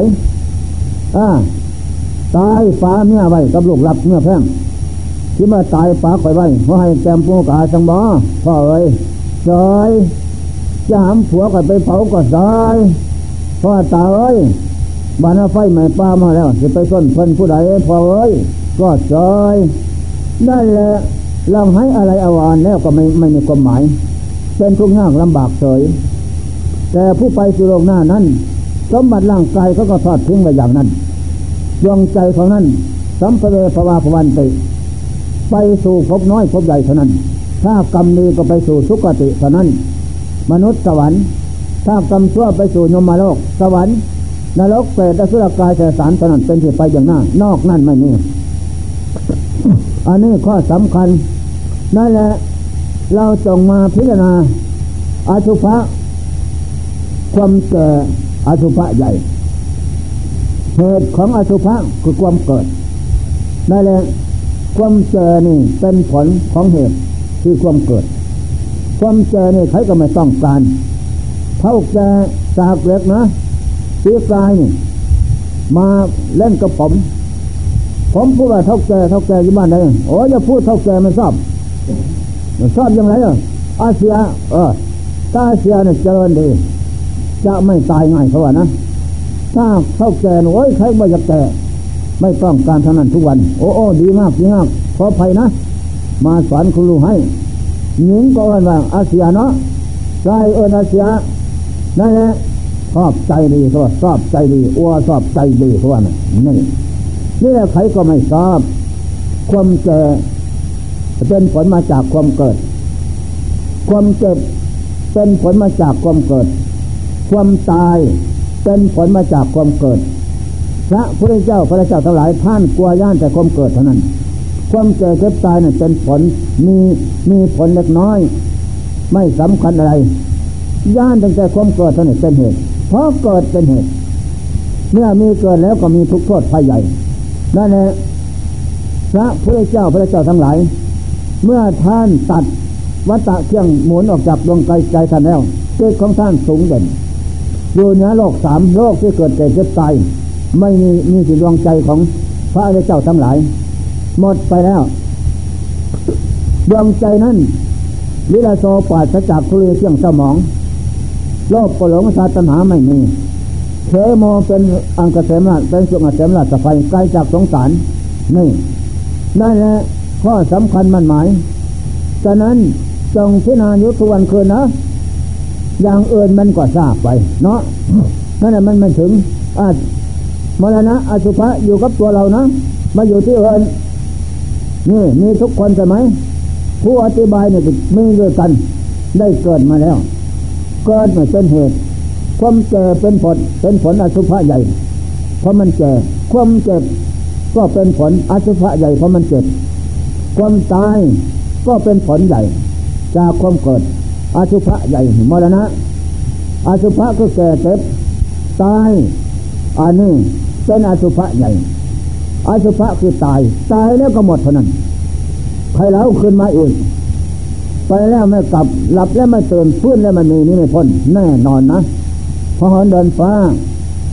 ตายฟ้าเมียไว้กับลูกหลับเมียแพงที่มาตายฟ้าข่อยไว้เพราะให้แกมปูกาสังบ่พ่อเอ้ยซอยจะหามผัวก็ไปเผาก็ซอยพ่อตาเอ้ยบ้านไฟใหม่ป้ามาแล้วจะไปส้นเพิ่นผู้ใดพ่อเอ้ยก็ซอยนั่นแหละเราให้อะไรอาวานแล้วก็ไม่มีความหมายเป็นทุกข์ยากลำบากเฉยแต่ผู้ไปสู่โลกหน้านั้นสมบัติร่างกายเขาก็ทอดทิ้งไว้อย่างนั้นดวงใจของนั้นสัมภเวภวาภวันติไปสู่ภพน้อยภพใหญ่เท่านั้นถ้ากรรมดีก็ไปสู่สุคติเท่านั้นมนุษย์สวรรค์ถ้ากรรมชั่วไปสู่ยมโลกสวรรค์นรกเปรตอสุรกายเสสารเท่านั้นเป็นที่ไปอย่างหน้านอกนั้นไม่มีอันนี้ข้อสำคัญนั่นแหละเราจงมาพิจารณาอสุภะความแก่อสุภะใหญ่เหตุของอสุภะคือความเกิดนั่นแหละความแก่นี่เป็นผลของเหตุคือความเกิดความแก่นี่ใครก็ไม่ต้องการเท่าแก่สากเล็กนะตีกายนี่มาเล่นกับผมพูดว่าเท่าแก่อยู่บ้านไหนโอ้ยอย่าพูดเท่าแก่ไม่ชอบยังไงอาเซียถ้าอาเซียเนี่ยเจริญดีจะไม่ตายง่ายเขาว่านะถ้าเท่าแก่โอ้ยใครไม่อยากแก่ไม่ต้องการเท่านั้นทุกวันโอ้ดีมากขออภัยนะมาสอนคุณลูกให้หญิงก็ว่าอาเซียเนาะชายอาเซียนั่นแหละชอบใจดีเขาว่าชอบใจดีชอบใจดีเขาว่านี่แหละใครก็ไม่ชอบความแก่เป็นผลมาจากความเกิดความเจ็บเป็นผลมาจากความเกิดความตายเป็นผลมาจากความเกิดพระพุทธเจ้าทั้งหลายท่านกลัวย่านแต่ความเกิดเท่านั้นความเกิดเจ็บตายเนี่ยเป็นผลมีผลเล็กน้อยไม่สำคัญอะไรย่านตั้งแต่ความเกิดเท่านั้นเป็นเหตุเพราะเกิดเป็นเหตุเมื่อมีเกิดแล้วก็มีทุกข์โทษภัยใหญ่นั่นแหละพระพุทธเจ้าทั้งหลายเมื่อท่านตัดวัฏฏะเครื่องหมุนออกจากดวงใจท่านแล้วจิตของท่านสูงเด่นอยู่เหนือโลกสามโลกที่เกิดแก่เจ็บตายไม่มีสิดวงใจของพระอริยเจ้าทั้งหลายหมดไปแล้วดวงใจนั้นวิลาโสปราศจากทุเรศเสี่ยงสมองโลภโกรธหลงชาติตัณหาไม่มีเทโมเป็นอังกเสมราชเป็นสุขเสมราชสะไฟไกลจากสงสารนี่นั่นแหละข้อสำคัญมันหมายฉะนั้นจงพิจารณาอยู่ทุกวันคืนนะอย่างอื่นมันก็ทราบไปเนาะนั่นแหละมันไม่ถึงมรณะอสุภะอยู่กับตัวเรานะมาอยู่ที่อื่นนี่มีทุกคนใช่ไหมผู้อธิบายเนี่ยมีด้วยกันได้เกิดมาแล้วเกิดมาเป็นเหตุความเจ็บเป็นผลอสุภะใหญ่เพราะมันเจ็บความเจ็บก็เป็นผลอสุภะใหญ่เพราะมันเจ็บความตายก็เป็นผลใหญ่จากความเกิดอสุภะใหญ่มรณะอสุภะก็แก่เจ็บตายอันนี้เป็นอสุภะใหญ่อสุภะคือตายแล้วก็หมดเท่านั้นใครแล้วขึ้นมาอีกไปแล้วไม่กลับหลับแล้วไม่ตื่นฟื้นแล้วมันมีนี่ไม่พ้นแน่นอนนะพอหอนเดินฟ้า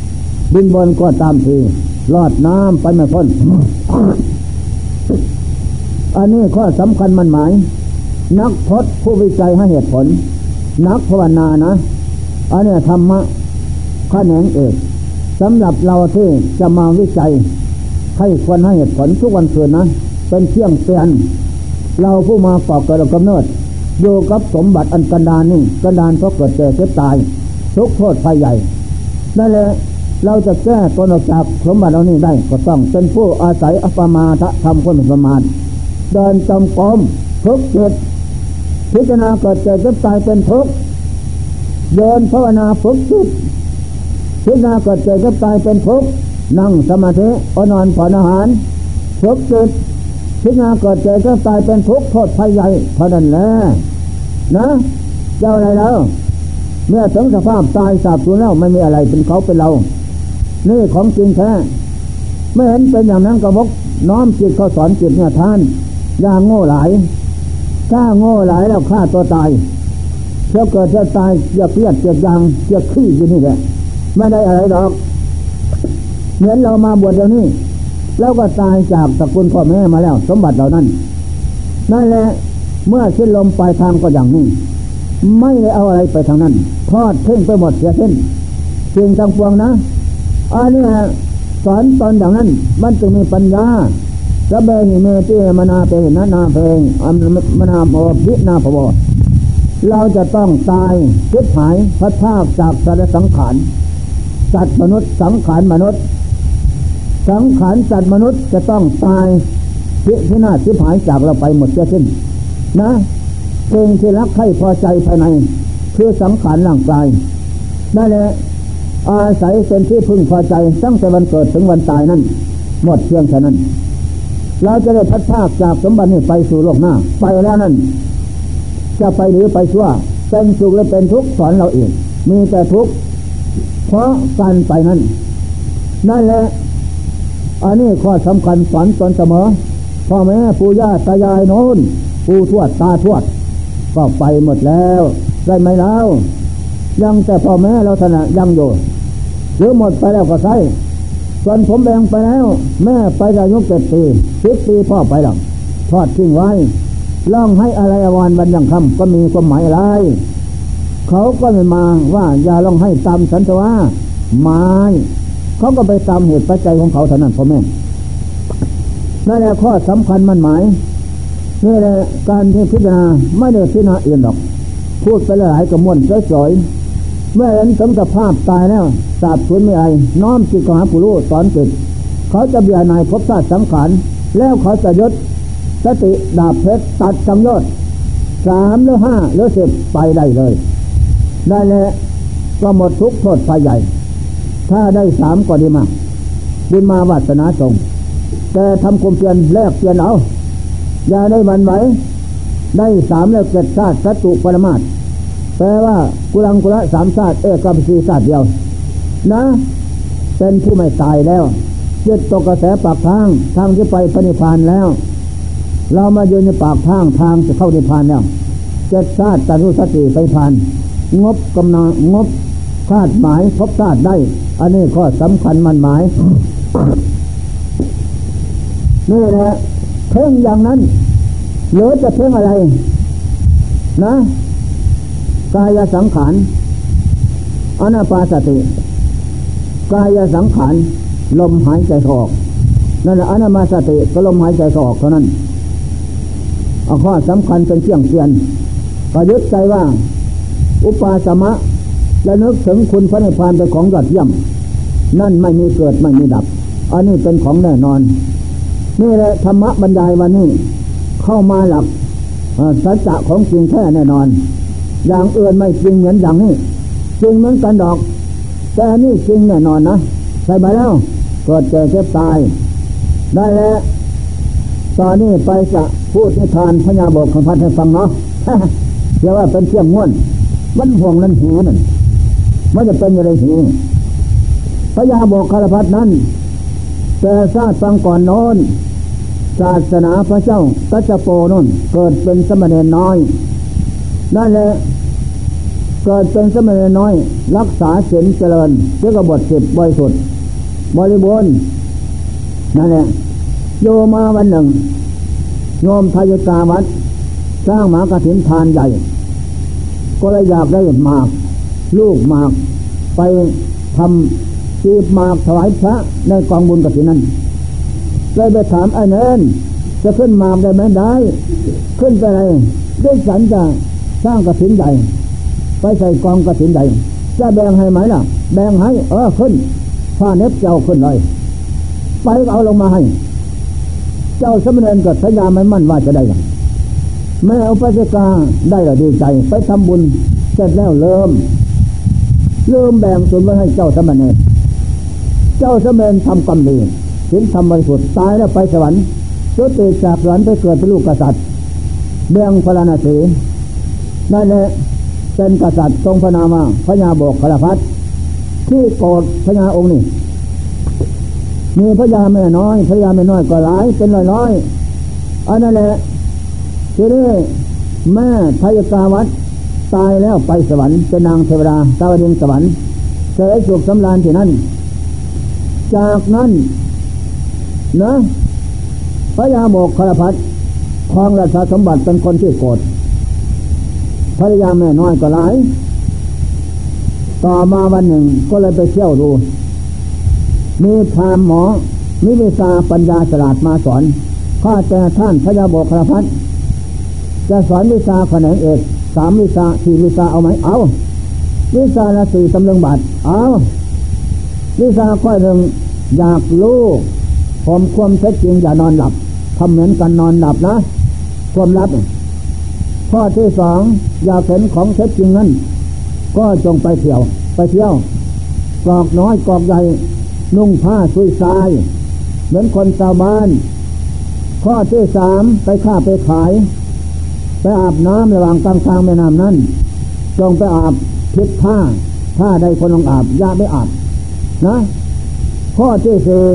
ดินบนก็ตามทีลอดน้ำไปไม่พ้น อันนี้ข้อสำคัญมันหมายนักพจน์ผู้วิจัยให้เหตุผลนักภาวนานะอันนี้ธรรมะแขนงเอกสำหรับเราที่จะมาวิจัยให้ควรให้เหตุผลทุกวันคืนนะเป็นเครื่องเตือนเราผู้มาก่อเกิดกำเนิดอยู่กับสมบัติอันกันดารนี่กันดารเพราะเกิดเจ็บเจ็บตายทุกโทษภัยใหญ่นั่นแหละเราจะแก้ตนออกจากสมบัติเรานี่ได้ก็ต้องเป็นผู้อาศัยอัปปมาทธรรมคนเป็นประมาทเดินจำกรมทุกเกิดพิจารณาเกิดเจ็บเจ็บตายเป็นทุกข์เดินภาวนาฝึกจิตพิจารณาเกิดเจ็บเจ็บตายเป็นทุกข์นั่งสมาธินอนผ่อนอาหารฝึกจิตพิจารณาเกิดเจ็บเจ็บตายเป็นทุกข์โทษภัยใหญ่เท่านั้นแหละนะเจ้าอะไรแล้วเมื่อถึงสภาพตายสาบสูญแล้วไม่มีอะไรเป็นเขาเป็นเรานี่ของจริงแท้ไม่เห็นเป็นอย่างนั้นก็บอกน้อมจิตเขาสอนจิตเนี่ยท่านอย่าโง่หลายถ้าโง่หลายแล้วฆ่าตัวตายเชื่อเกิดเชื่อตายเชื่อเครียดเชื่อยางเชื่อขี้อยู่นี่แหละไม่ได้อะไรหรอกเหมือนเรามาบวชเดี๋ยวนี้แล้วก็ตายจากตระกูลพ่อแม่มาแล้วสมบัติเหล่านั้นนั่นแหละเมื่อสิ้นลมปลายทางก็อย่างนี้ไม่ได้เอาอะไรไปทางนั้นทอดทิ้งไปหมดเสียสิ้นจริงทั้งปวงนะอันนี้สอนตอนอย่างนั้นมันจึงมีปัญญาระเบหิเมติมนาเปหินาเพงมนาภววินาภวเราจะต้องตายชิบหายพัดภาคจากสัตว์สังขารสัตว์มนุษย์สังขารมนุษย์สังขารสัตว์มนุษย์จะต้องตายพินาศชิบหายจากเราไปหมดเสียสิ้นนะเพลงที่รักใคร่พอใจภายในคือสังขารร่างกายนั่นแหละอาศัยเป็นที่พึ่งพอใจตั้งแต่วันเกิดถึงวันตายนั้นหมดเพียงแค่นั้นเราจะได้พัดภาคจากสมบัตินี้ไปสู่โลกหน้าไปแล้วนั้นจะไปหรือไปชั่วเป็นสุขหรือเป็นทุกข์สอนเราเองมีแต่ทุกข์เพราะการไปนั้นนั่นแหละอันนี้ข้อสำคัญสอนตนเสมอพ่อแม่ปู่ย่าตายายโน้นปู่ทวดตาทวดก็ไปหมดแล้วได้ไหมแล้วยังแต่พ่อแม่เราถนัดยังอยู่หรือหมดไปแล้วก็ใช่ส่วนผมแบ่งไปแล้วแม่ไปอายุ7 ปี10 ปีพ่อไปแล้วทอดทิ้งไว้ล่องให้อะไรอวานวันยังคำก็มีความหมายอะไรเขาก็ไม่มาว่าอย่าล่องให้ตามสันตวาไม้เขาก็ไปตามเหตุปัจจัยของเขาเท่านั้นพ่อแม่นั่นแหละข้อสำคัญมันหมายนี่แหละการที่พิจารณาไม่ได้พิจารณาอื่นหรอกพูดไปหลายกระมวลสวยๆเมื่อเห็นสภาพตายแล้วสาบสูญไม่ไอน้อมจิตของหาผู้รู้สอนจิตเขาจะเบียนายภพชาติสังขารแล้วเขาจะยึดสติดาบเพชรตัดสังโยชน์3 หรือ 5 หรือ 10ไปได้เลยได้แล้วก็หมดทุกโทษภัยใหญ่ถ้าได้3ก็ดีมากบุญมาวาสนาส่งแต่ทำความเพียรแลกเปลี่ยนเอาอย่าได้บันไหวได้3แล้ว7ชาติสัตตุปรมาตถ์แปลว่ากุลังกุละ3ชาติกับ4ชาติเดียวนะเป็นผู้ไม่ตายแล้วจิตตกกระแสปากทางที่ไปพระนิพพานแล้วเรามายืนในปากทางจะเข้านิพพานแล้ว7ชาติตัณุสติไปพานงบกำลังงบคาดหมายพบชาติได้อันนี้ข้อสำคัญมันหมาย นี่แหละเพ่งอย่างนั้นหรือจะเพ่งอะไรนะกายสังขารอานาปานสติกายสังขารลมหายใจออกนั่นแหละอานาปานสติก็ลมหายใจออกเท่านั้นเอาข้อสำคัญเป็นเครื่องเตือนประยุทธ์ใจว่าอุปาสมะและนึกถึงคุณพระนิพพานเป็นของยอดเยี่ยมนั่นไม่มีเกิดไม่มีดับอันนี้เป็นของแน่นอนนี่แหละธรรมะบรรยายวันนี้เข้ามาหลักสัจจะของจริงแท้แน่นอนอย่างอื่นไม่จริงเหมือนอย่างนี้จริงเหมือนกันดอกแต่นี่จริงแน่นอนนะใช่ไหมแล้วเกิดเจ็บเจ็บตายได้แล้วตอนนี้ไปจะพูดนิทานพญาบกของพันให้ฟังเนาะ เรียกว่าเป็นเชี่ยงง่วนมันห่วงนั้นหูนั่นมันจะเป็นอะไรหูพญาบกคารพัฒนั้นแต่ชาติฟังก่อนโน้นศาสนาพระเจ้ากัจจโปโน้นเกิดเป็นสมณเณรน้อยนั่นแหละเกิดเป็นสมณเณรน้อยรักษาศีลเจริญเพื่อกบฏ10 บริสุทธิ์บริบูรณ์นั่นแหละโยมาวันหนึ่งโยมทายกาวัดสร้างหมากฐินทานใหญ่ก็เลยอยากได้หมากลูกหมากไปทำจีบหมากถวายพระในกองบุญกฐินนั้นเลยไปถามไอ้เนินจะขึ้นหมากได้ไหมได้ขึ้นไปเลยด้วยฉันจะสร้างกฐินใหญ่ไปใส่กองกฐินใหญ่จะแบ่งให้ไหมล่ะแบ่งให้ขึ้นผ้าเน็บเจ้าขึ้นเลยไปเอาลงมาให้เจ้าสมณเณรก็สัญญาไม่มั่นว่าจะได้หรือแม่อุปชฌาย์ได้ละดีใจไปทำบุญเสร็จแล้วเริ่มแบ่งส่วนไว้ให้เจ้าสมณเณรเจ้าสมณเณรทำกรรมดีศีลธรรมบริสุทธิ์ตายแล้วไปสวรรค์จุติจากสวรรค์ไปเกิดเป็นลูกกษัตริย์แบ่งพระนศีนั่นแหละเป็นกษัตริย์ทรงพระนามพญาโบกขลพัสที่โกรธพญาองค์นี้มีพญาแม่น้อยพญาแม่น้อยก็หลายเป็นร้อยอันนั้นแหละทีนี้แม่ทายกาวัดตายแล้วไปสวรรค์เป็นนางเทวดาดาวดึงสวรรค์เสวยสุขสำราญที่นั่นจากนั้นนะพญาโมกขลพัสครองราชสมบัติเป็นคนที่โกรธภรรยาแม่น้อยก็หลายต่อมาวันหนึ่งก็เลยไปเที่ยวดูมีพราหมณ์หมอมีวิชาปัญญาฉลาดมาสอนข้าแต่ท่านพญาโมกขลพัสจะสอนวิชาแขนงเอก3 วิชา4 วิชาเอาไหมเอาวิชาละ4 ตำลึงบาทเอาวิชาข้อหนึ่งอยากรู้ความเท็จจริงอย่านอนหลับทำเหมือนกันนอนหลับนะความลับข้อที่ 2อยากเห็นของเท็จจริงนั้นก็จงไปเที่ยวกอกน้อยกอกใหญ่นุ่งผ้าซุยทรายเหมือนคนชาวบ้านข้อที่ 3ไปค้าไปขายไปอาบน้ำระหว่างกลางแม่น้ำนั้นจงไปอาบพิษถ้าใดคนลงอาบอย่าไปอาบนะข้อที่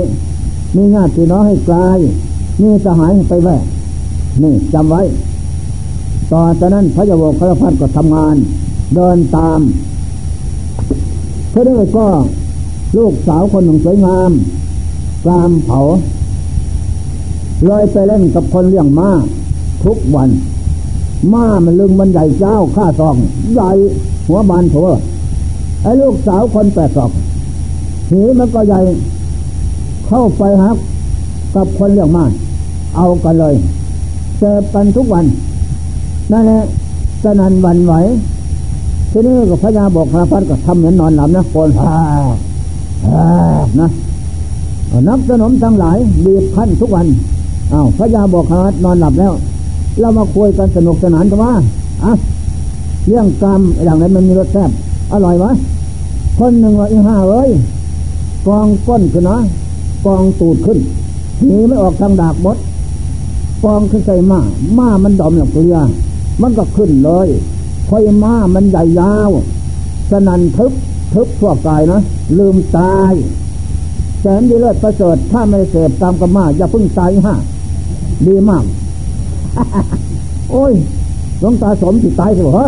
4มีญาติพี่น้องให้ไกลมีสหายไปแวะนี่จำไว้ต่อจากนั้นพระเจ้าโมกขลพัสก็ทำงานเดินตามเพื่อได้ก็ลูกสาวคนหนึ่งสวยงามกลามเผาเลยไปเล่นกับคนเลี้ยงม้าทุกวันม้ามันลึงมันใหญ่เจ้าข้าซองใหญ่หัวบานโถไอ้ลูกสาวคน8 ศอกหีมันก็ใหญ่เข้าไปฮักกับคนเลี้ยงม้าเอากันเลยเสพกันทุกวันนั่นแหละสนั่นหวั่นไหวทีนี้ก็พญาโมกขลพัสก็ทำเหมือนนอนหลับนะโกนนะนับขนมทั้งหลายบีบคั้นทุกวันพญาโมกขลพัสนอนหลับแล้วเรามาคุยกันสนุกสนานกันว่าเรื่องกรรมอย่างนั้นมันมีรสแซ่บอร่อยวะคนหนึ่งว่าเอ้ยกองก้นขึ้นนะกองตูดขึ้นหนีไม่ออกทางดากมดกองขึ้นใส่ม้ามันดอมหลับเรือมันก็ขึ้นเลยค่อยม้ามันใหญ่ยาวสนั่นทึบทั่วกายนะลืมตายแสนดีเลิศประเสริฐถ้าไม่เสพตามกับม้าอย่าพึ่งตายดีมาก โอ้ยหลวงตาสมสิตายสิเหรอ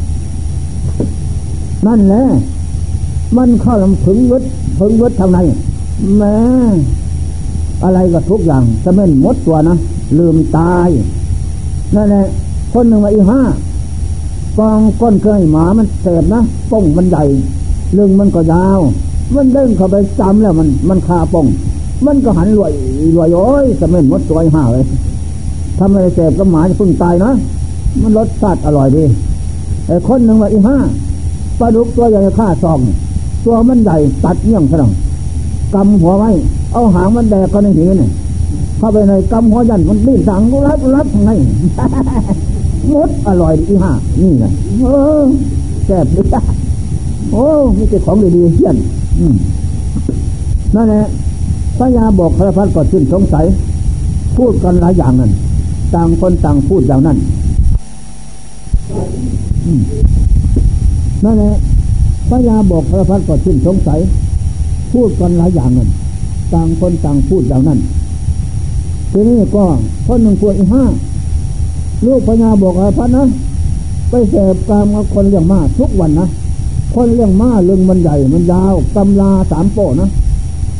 นั่นแหละมันเข้าลำพึงวดทางในแม่อะไรก็ทุกอย่างจะเม่นหมดตัวนะลืมตายนั่นแหละคนหนึ่งว่ากองก้นเคยหมามันเสพนะป้องมันใหญ่ลึงมันก็ยาวมันเด้งเข้าไปจำแล้วมันคาป้องมันก็หันรวยโอ้ยจะเม่นหมดตัวเลยทำอะไรเสพก็หมาจะพึ่งตายนะมันรสชาติอร่อยดีไอ้คนหนึ่งว่าปลาดุกตัวใหญ่ฆ่าซองตัวมันใหญ่ตัดเงี้ยงซะหน่อยกำหัวไว้เอาหางมันแดกก็ในหีนี่เข้าไปในกำหัวยันมันดิ้นดังรับทางไหนมดอร่อยนี่ไงแซ่บดีโอ้ไม่ใช่ของดีๆเฮี้ยนนั่นแหละพญาโมกขลพัสก็สิ้นสงสัยพูดกันหลายอย่างนั่นต่างคนต่างพูดอย่างนั้นนั่นแหละพญาโมกขลพัสก็สิ้นสงสัยพูดกันหลายอย่างนั่นต่างคนต่างพูดอย่างนั้นทีนี้ก็คนหนึ่งพูดลูกพญาโมกขลพัสนะไปเสพกามกับคนเลี้ยงม้าทุกวันนะคนเลี้ยงม้าลึงมันใหญ่มันยาวกำลา3 โป้นะ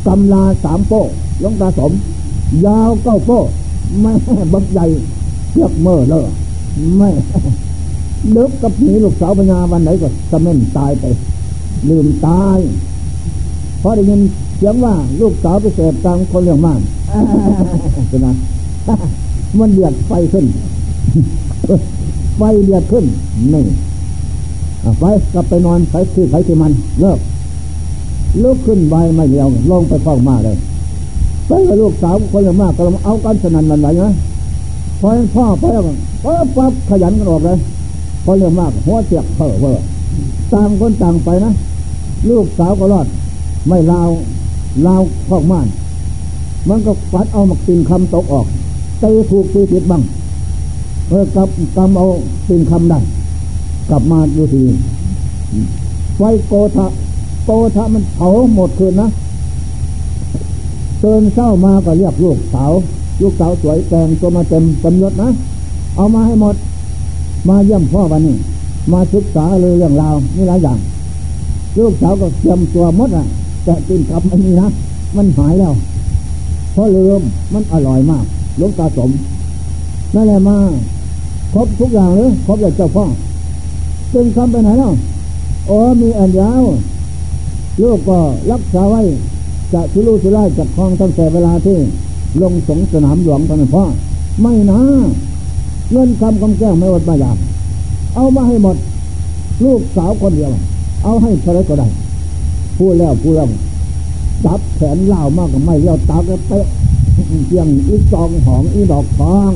กำลา3 โป้หลวงตาสมยาว9 โป้ไม่บักใหญ่เทียบเมื่อเลยไม่ลึกกับหนีลูกสาวปัญญาวันไหนก็สะเม่นตายไปลืมตายเพราะได้ยินเสียงว่าลูกสาวไปเสพตามคนเรื่องมากใช่ไหมมันเดือดไฟขึ้นไฟเดือดขึ้นนี่ไปกลับไปนอนไฟที่มันเลิกลุกขึ้นใบไม่เดียวลงไปฟ้องมาเลยไปกับลูกสาวคนเรื่องมากก็เอากันสนั่นวันไหวนะพอพ่อไปแล้วก็ปั๊บขยันกันออกเลยคนเรื่องมากหัวเสียกเผลอต่างคนต่างไปนะลูกสาวก็รอดไม่ลาวพอกม่านมันก็ฟัดเอาหมักตินคำตกออกตีถูกตีผิดบ้างกับกำเอาตินคำได้กลับมาดูทีไฟโกธะมันเผาหมดคืนนะเตือนเศร้ามาก็เรียกลูกสาวสวยแต่งตัวมาเต็มยศนะเอามาให้หมดมาเยี่ยมพ่อวันนี้มาศึกษาเลยเรื่องราวนี่หลายอย่างลูกสาวก็เตรียมตัวหมดแต่ตินคำไม่มีนะมันหายแล้วเพราะลืมมันอร่อยมากหลวงตาสมนั่นแหละมาครบทุกอย่างเลยครบเลยเจ้าพ่อตินคำไปไหนแล้วมีอันยาวลูกก็รักษาไว้จะชุลุ่ยชุร่ายจัดคลองตั้งแต่เวลาที่ลงสงสนามหลวงตอนนั้นพ่อไม่นะเงินคำแก้วไม่อดไม่อยากเอามาให้หมดลูกสาวคนเดียวเอาให้ใครก็ได้พูดแล้วจับแขนเล่ามากกับไม่เลี้ยวตาก็เตะเพียงอีจองหองอีดอกทอง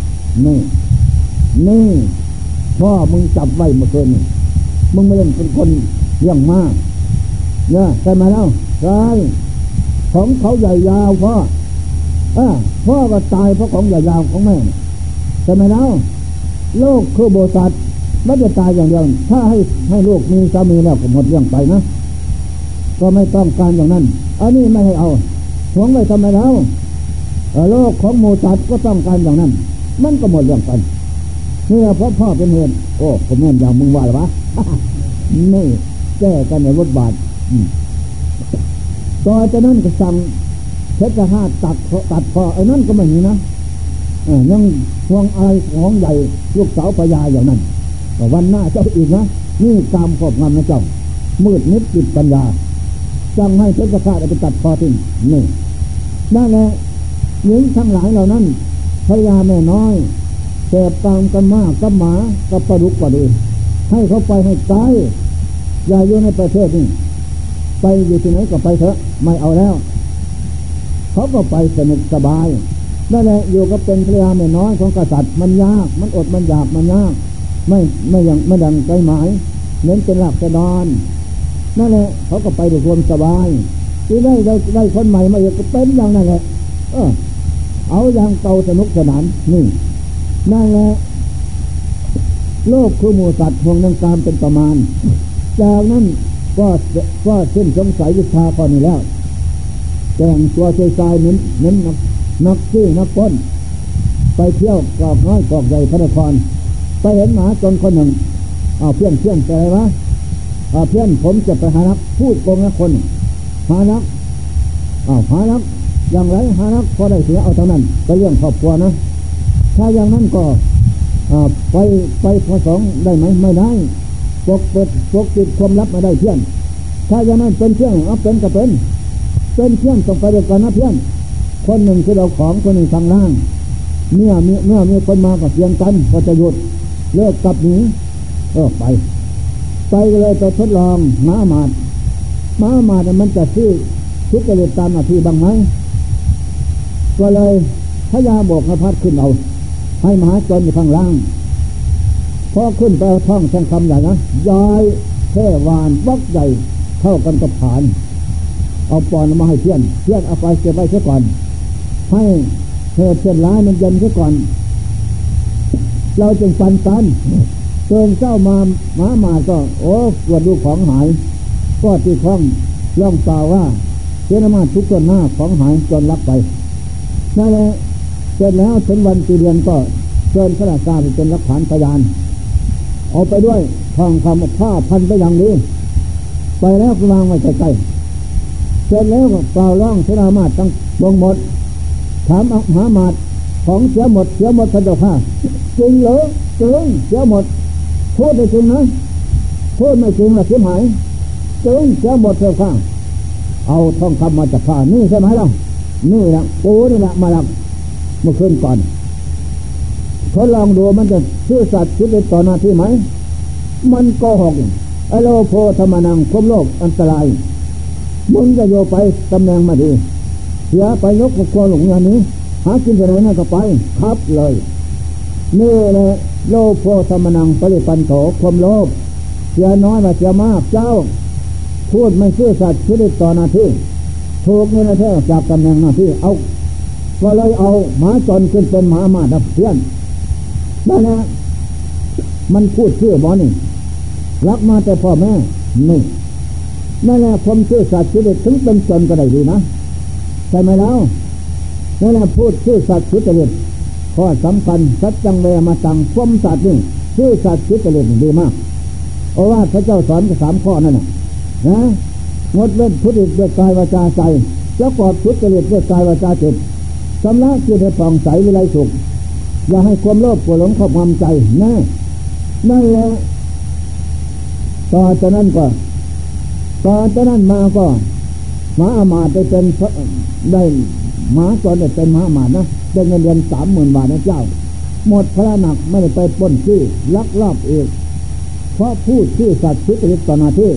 นี่พ่อมึงจับไว้เมื่อคืนมึงไม่เล่นเป็นคนเลี้ยงมากเนี่ยใช่ไหมแล้วใช่ของเขาใหญ่ยาวพ่อก็ตายเพราะของใหญ่ยาวของแม่ใช่ไหมแล้วโลกคือโบสถ์ไม่จะตายอย่างเดียวถ้าให้ลูกมีสามีแล้วก็หมดเรื่องไปนะก็ไม่ต้องการอย่างนั้นอันนี้ไม่ให้เอาหวงไว้ทำไมแล้วโลกของโมตัดก็ต้องการอย่างนั้นมันก็หมดเรื่องไปเนี่ยเพราะพ่อเป็นเหตุผมแม่นอย่างมึงว่าหรือวะนี่แก้กันในรถบาทต่อจากนั้นก็สั่งเพชรฆาตตัดคอนั่นก็ไม่มีนะยังห่วงอะไรของใหญ่ลูกสาวพญาอย่างนั้นวันหน้าเจ้าอีกนะนี่ตามครอบงำนะเจ้ามืดมิดจิตปัญญาสั่งให้เพชรฆาตไปตัดคอทิ้งนี่นั่นแหละหญิงทั้งหลายเหล่านั้นพญาแม่น้อยเสพตามกันมากกับหมากับปลาดุกก็ดีให้เขาไปให้ตายอย่าอยู่ในประเทศนี้ไปอยู่ที่ไหนก็ไปเถอะไม่เอาแล้วเขาก็ไปสนุกสบายนั่นแหละอยู่ก็เป็นพญาแม่น้อยของกษัตริย์มันยากมันอดมันอยากมันยากไม่ดังใจหมายเน้นเป็นหลักจะนอนนั่นแหละเขาก็ไปด้วยความสบายที่ได้คนใหม่มาอีกก็เป็นอย่างนั้นแหละเอาอย่างเก่าสนุกสนานนี่นั่นแหละโลกคือหมู่สัตว์ห่วงดังการเป็นประมาณจากนั้นก็สิ้นสงสัยวิชาข้อนี้แล้วแต่งตัวเชยๆเน้นนักซื้อนักป้นไปเที่ยวกอกน้อยกอกใหญ่พระนครไปเห็นหมาจนคนหนึ่งเพื่อนอะไรวะเพื่อนผมจะไปหารักพูดโกงนะคนหารักอย่างไรหารักพอได้เสียเอาเท่านั้นไปเรื่องครอบครัวนะถ้าอย่างนั้นก็ไปพอสองได้ไหมไม่ได้ปกปิดความลับมาได้เพื่อนถ้าอย่างนั้นเป็นเพื่อนเป็นก็เป็นเพื่อนต้องไปด้วยกันนะเพื่อนคนหนึ่งคือเราของคนหนึ่งทางล่างเมื่อมีคนมากับเพียงกันก็จะหยุดเลิกกลับหนีไปเลยไปทดลองม้าหมาดมันจะซื้อทุจริตตามหน้าที่บ้างไหมก็เลยพญาบอกให้พัดขึ้นเอาให้มหาจนอยู่ข้างล่างพอขึ้นไปท่องแทงคำใหญ่นะย้ายแค่วานวักใหญ่เท่ากันกับผานเอาปอนมาให้เพื่อนเอาไปเก็บไว้เสียก่อนให้เพื่อนร้ายมันเย็นเสียก่อนเราจึงฟันเตือนเจ้ามาก็ปวดดูของหายก็ที่คล้องล่องตาว่าเจ้ามาทุกต้นหน้าของหายจนลักไปนั่นแหละเสร็จแล้วถึงวัน4 เดือนก็เชิญข้าราชการเป็นหลักฐานพยานเอาไปด้วยทองคำผ้าพันไปอย่างนี้ไปแล้ววางไว้ใกล้ๆเสร็จแล้วก็เปล่าร้องเสนามาตตั้งวงหมดถามหามาตของเสียหมดพระเจ้าค่ะจริงเหรอจริงเสียหมดพูดได้จริงนะพูดไม่จริงละเสียหายจริงเสียหมดเจ้าค่ะเอาทองคำมาจากผ้านี่ใช่ไหมล่ะนี่แหละปูนี่แหละมาหลักเมื่อคืนก่อนทดลองดูมันจะซื่อสัตย์คิดต่อหน้าที่ไหมมันโกหกไอโลโพธรรมนังควบโลกอันตรายมึงจะโยไปตำแหน่งมาดีเสียไปยกกับครัวหลงอย่างนี้หากินที่ไหนน่าก็ไปครับเลยนี่แหละโลโพธรรมนังปริปันโถความโลภเสียน้อยมาเสียมากเจ้าพูดไม่ซื่อสัตย์คิดต่อหน้าที่ถูกนี่นะเท่าจากตำแหน่งหน้าที่เอาก็เลยเอาหมาจนขึ้นเป็นหมามาดับเพื่อนนั่นแหละมันพูดชื่อบอนี่รักมาแต่พ่อแม่นี่นั่นแหละความซื่อสัตย์คิดถึงเป็นจนก็ได้ดีนะใช่ไหมแล้วนั่นแหละพูดซื่อสัตย์คิดข้อสำคัญสัจจังเวมาตังความสัตย์นี่ซื่อสัตย์คิดดีมากเพราะว่าพระเจ้าสอนกับ3 ข้อนั่นนะงดเว้นทุจริตด้วยกายวาจาใจแล้วกอบทุจริตด้วยกายวาจาจิตชำระจิตให้ผ่องใสวิไลสุขอย่าให้ความโลภโกรธหลงครอบงำใจนั่นแหละต่อจากนั้นมาก็หมาอามาตย์ได้เป็นได้หมาจรได้เป็นหมาอามาตย์นะได้เงินเดือน30,000 บาทนะเจ้าหมดพระหนักไม่ได้ไปปล้นขี้ลักลอบเองเพราะพูดชื่อสัตว์ทุจริตต่อหน้าที่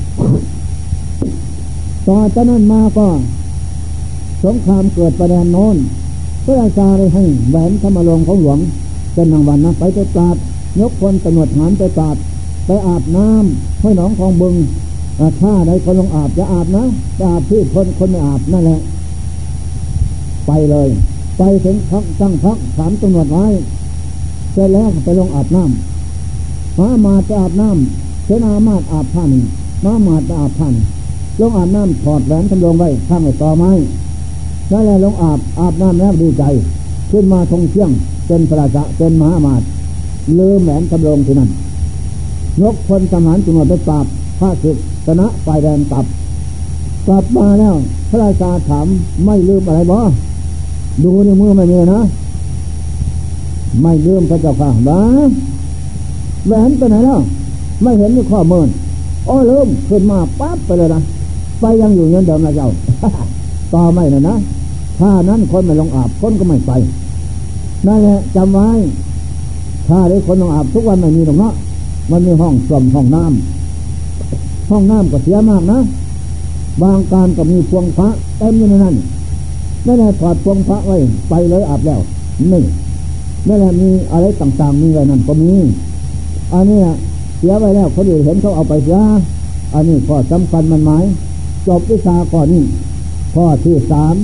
ต่อจากนั้นมาก็สงครามเกิดประเด็นโน้นพระราชาเลยให้แหวนธรรมรงค์ของหลวงเป็นรางวัลนะไปปราบยกคนตำรวจหารไปปราบไปอาบน้ำให้หนองของบึงถ้าใดคนลงอาบจะอาบนะจะอาบที่คนไม่อาบนั่นแหละไปเลยไปถึงพักตั้งพักถามตำรวจไว้เสร็จแล้วไปลงอาบน้ำม้ามาจะอาบน้ำเสนามาตอาบผ้าหนึ่งม้ามาจะอาบผ้าหนึ่งลงอาบน้ำถอดแหวนทำลงไว้ข้างไว้ต่อไม้นั่นแหละลงอาบน้ำแล้วดีใจขึ้นมาทงเที่ยงเป็นพระราชาเป็นมหามาตลืมแหวนทำลงที่นั่นยกพลทหารจำนวนไปปราบข้าศึกชนะฝ่ายแดนกลับมาแล้วพระราชาถามไม่ลืมอะไรบ่ดูในมือไม่มีนะไม่ลืมพระเจ้าค่ะนะแหวนไปไหนแล้วไม่เห็นในข้อมือลืมขึ้นมาปั๊บไปเลยนะไปยังอยู่เงินเดิมนะเจ้า ต่อไม่นะถ้านั้นคนไม่ลงอาบคนก็ไม่ไปนั่นแหละจำไว้ถ้าได้คนลงอาบทุกวันไม่มีหรอกเนาะมันมีห้องส้วมห้องน้ำก็เสียมากนะบางการก็มีพวงพระเต็มอยู่ในนั้นนั่นแหละถอดพวงพระไว้ไปเลยอาบแล้วนี่นั่นแหละมีอะไรต่างๆมีอะไรนั่นก็มีอันนี้เสียไปแล้วคนอื่นเห็นเขาเอาไปเสียอันนี้ข้อสำคัญมันหมายจบวิชาข้อนี้ข้อที่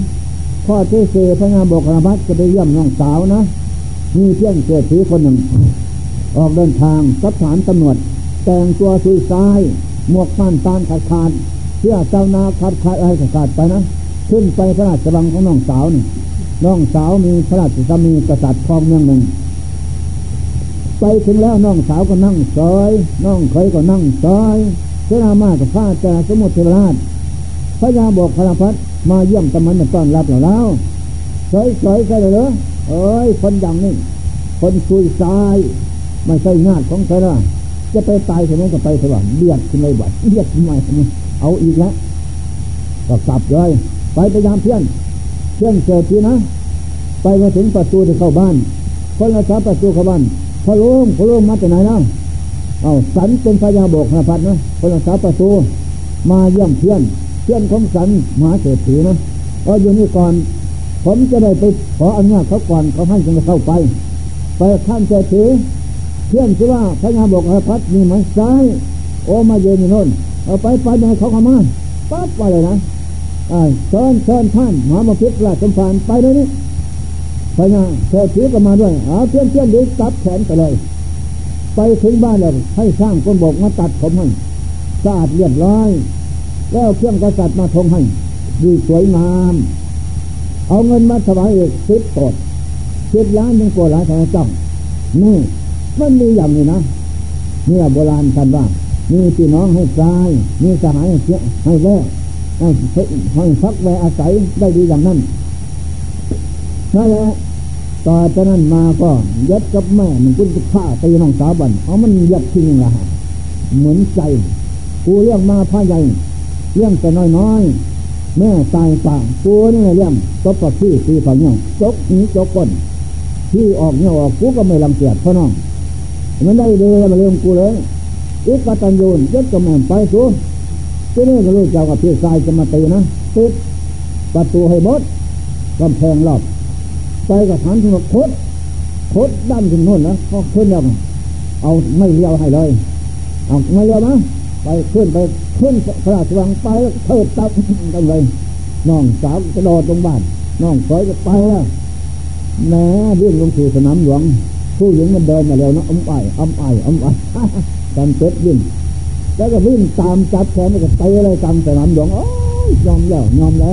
3ข้อที่4พระนามบกรพัฒจะไปเยี่ยมน้องสาวนะมีเพื่อนเศรษฐีคนหนึ่งออกเดินทางกับฐานตำรวจแต่งตัวซุยซ้ายหมวกม่านตาลขาดเสื้อเจ้านาขาดอะไรขาดไปนะขึ้นไปพระราชวังของน้องสาวนี่น้องสาวมีพระราชสามีกษัตริย์ครองเมืองหนึ่งไปถึงแล้วน้องสาวก็นั่งซอยน้องเคยก็นั่งซอยเสนามากับข้าจะสมุทรเทวราชพระยาบอกพระพัฒมาเยี่ยมตำมันมาต้อนรับเราแล้วซอยใช่เลยเหรอคนอย่างนี้คนซุยซ้ายไม่ใช่งาดของใครละจะไปตายใช่ไหมก็ไปเถอะเบียดขึ้นเลยบ่เบียดขึ้นมาเอาอีกแล้วก็กลับเลยไปพยายามเพื่อนเศรษฐีนะไปมาถึงประตูที่เข้าบ้านคนละประตูเข้าบ้านพอลุงมาจากไหนนะสันเป็นพญาโบกพระพัฒนะคนละประตูมาเยี่ยมเพื่อนของสันมหาเศรษฐีนะอยู่นี่ก่อนผมจะได้ไปขออนุญาตเขาก่อนเขาให้จึงจะเข้าไปข้ามเศรษฐีเพื่อนชื่อว่าพญาโบกพระพัฒมีไหมซ้ายมาเย็นอยู่โน่นไปให้เขาเข้ามาปั๊บไปเลยนะเชิญท่านมหาบพิตรราชสมภารไปเลยนี่พญาเศรษฐีก็มาด้วยเพื่อนดีจับแขนไปเลยไปถึงบ้านเลยให้สร้างคนบอกมาตัดผมให้สะอาดเรียบร้อยแล้วเครื่องกษัตริย์มาทงให้ดีสวยงามเอาเงินมาถวายอีก10 กฏ10 ล้าน1 กฏหลายทางจ้องนี่มันมีอย่างนี้นะเนี่ยโบราณท่านว่ามีพี่น้องให้ทรายมีสหายให้เสียให้แลกห้องพักแวอาศัยได้ดีอย่างนั้นนั่นแหละต่อจากนั้นมาก็ยัดกับแม่มันก็จะฆ่าตีน้องสาวบันเอามันยัดทิ้งละเหมือนใจกูเลี้ยงมาพ่อใหญ่เลี้ยงแต่น้อยแม่ตายป่ากูนี่เลี้ยงตบกับพี่ตีฝังเนี่ยจกนี้จกก้นที่ออกเนี่ยออกกูก็ไม่รังเกียจพ่อน้องมันได้เลยมาเลี้ยงกูเลยอุปตันยูนยัดกับแม่ไปสู้ที่นี่ก็รู้เจ้ากับพี่ชายจะมาตีนะติดประตูให้บดกำแพงรอบไปกับฐานทุนโคตรด้านถึงโน่นนะก็ขึ้นแล้วเอาไม่เลี้ยวให้เลยเอาไม่เลี้ยวนะไปขึ้นพระราชวังไปแล้วเทิดตับกันเลยน้องสาวกระโดดลงบ้านน้องสอยก็ไปแล้วแหมวิ่งลงสู่สนามหลวงผู้หญิงมันเดินมาเร็วนะการเจ็บวิ่งแล้วก็วิ่งตามจับแขนแล้วก็เตะอะไรกลางสนามหลวงโอ้ยยอมแล้ว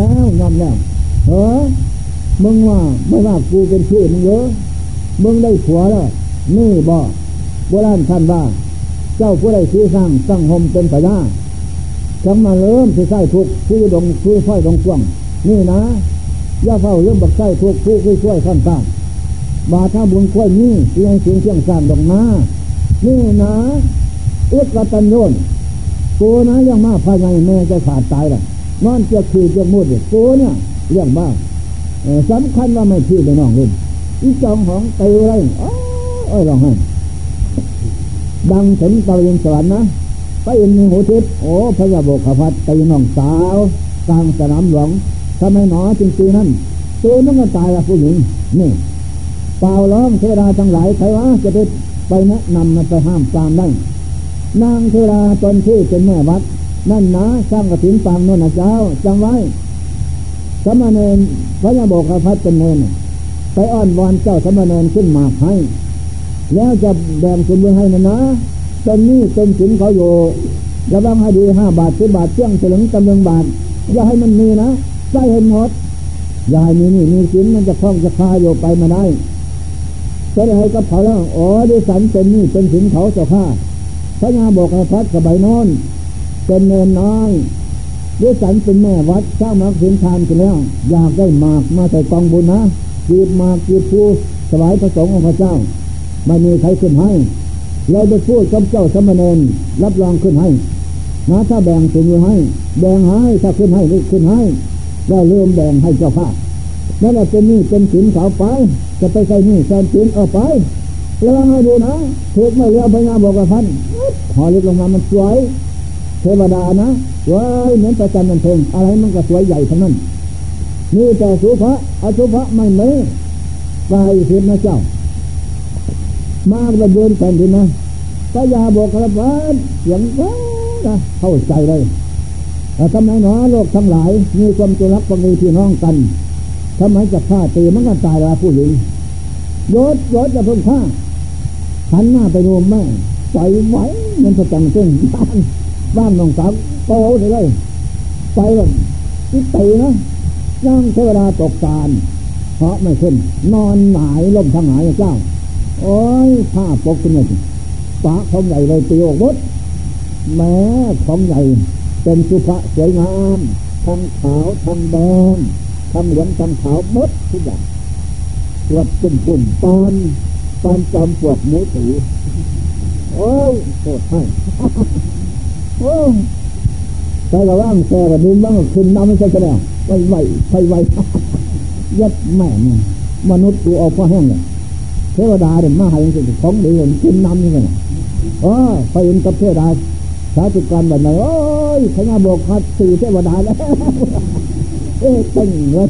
มึงว่าไม่ว่ากูเป็นชื่อมึงเยอะมึงได้ผัวแล้วนี่บ่โบราณท่านว่าเจ้าผู้ใดซื้อสร้างห่มเป็นพญาจังมาเริ่มที่ใส่ทุกผู้ดงผู้ช่วยดงกว้างนี่นะย่าเฝ้าเริ่มบักใส่ทุกผู้ช่วยสร้างบาถ้าบุญค่อยนี่ที่ให้เสียงสร้างดอกนานี่นะอุตตันโยนกูนะยังมาภายในแม่จะขาดตายละนอนเจียคือเจียมุดเลยกูเนี่ยเรื่องบ้าสำคัญว่าไม่พี่เลยน้องเลยอีจองของเตยอะไรร้องไห้ดังถึงตะวันสวรรค์นะไปอินทร์หูทิพย์โอ้พระยาโบกพัดตีน้องสาวกลางสนามหลวงทำไมหนอจริงๆนั่นตัวมันก็ตายละผู้หญิงนี่เปล่าล้อมเทวดาทั้งหลายใครวะจะไปแนะนำมันไปห้ามปรามได้นางเทวดาตนที่เป็นแม่วัดนั่นนะสร้างกฐินปางโน่นนะเจ้าจำไว้สมณเณรพระยาโบกพัดเป็นเณรไปอ้อนวอนเจ้าสมณเณรขึ้นมาให้แล้วจะแบ่งส่วนบุญให้นะเป็นนี่เป็นสินเขาอยู่ระวังให้ดี5 บาท10 บาทเที่ยงถึงตำลึงบาทอย่าให้มันมีนะใส่ให้หมดอย่าให้มีสินมันจะคล้องจะคาอยู่ไปมาได้จะได้ให้กับเขาแล้วดิฉันเป็นนี่เป็นสินเขาเจ้าข้าพระยาโบกพัดสบายนอนเป็นเนรน้อยดิฉันเป็นแม่วัดสร้างมักสินทานกันแล้วอยากได้หมากมาใส่กองบุญนะจีบหมากจีบผู้ถวายพระสงฆ์องค์พระเจ้าไม่มีใครขึ้นให้เราจะพูดกับเจ้าสมณเณรรับรองขึ้นให้นะถ้าแบ่งส่วนบุญให้แบ่งให้ถ้าขึ้นให้ขึ้นให้แล้วเริ่มแบ่งให้เจ้าภาพนั่นแหละเป็นนี่เป็นสินเขาไปจะไปใส่นี่แทนสินไประวังให้ดูนะถูกไม่เลี้ยวพญาบอกกับท่านหอเล็กลงมามันสวยเทวดานะว้ายเหมือนประจันมันเทิงอะไรมันก็สวยใหญ่ทั้งนั้นนี่แต่สุภะอสุภะไม่เมย์กายสินะเจ้ามากระเบินแผ่นดินนะพระยาบอกกระพานเสียงว้านะเข้าใจเลยแต่ทำไมหนอโลกทั้งหลายมีความจงรักภักดีพี่น้องกันทำไมจะฆ่าตีมันก็ตายละผู้หญิงยศจะเพิ่งฆ่าหันหน้าไปดูแม่ใจไหวมันจะจังซึ่งบ้านน้องสาวโตเลยไปเลยจิตตีนะย่างเทวดาตกตาลเพราะไม่ขึ้นนอนหงายล้มทั้งหงายเจ้าโอ้ยผ้าปกขึ้นเลยปะของใหญ่เลยตีออกบดแม้ของใหญ่เป็นสุภาพสวยงามทั้งขาวทั้งแดงทั้งเหลืองทั้งขาวมดทุกอย่างตรวจปุ่มปานจอมปวดหมูถือโอ้ยโคตรให้โอ้ยใจกระว่างแซ่กระดุมบ้างขึ้นน้ำไม่ใช่กระเดาไวยัดแม่มนุษย์ดูเอาพ่อแห้งเลยเทวดาเด่นมาให้ยังสิของดีเลยขึ้นน้ำยังไงไปเห็นกับเทวดาสาธุการแบบไหนโอ้ยพญาโบกพัดสี่เทวดาแล้วเต็งเลย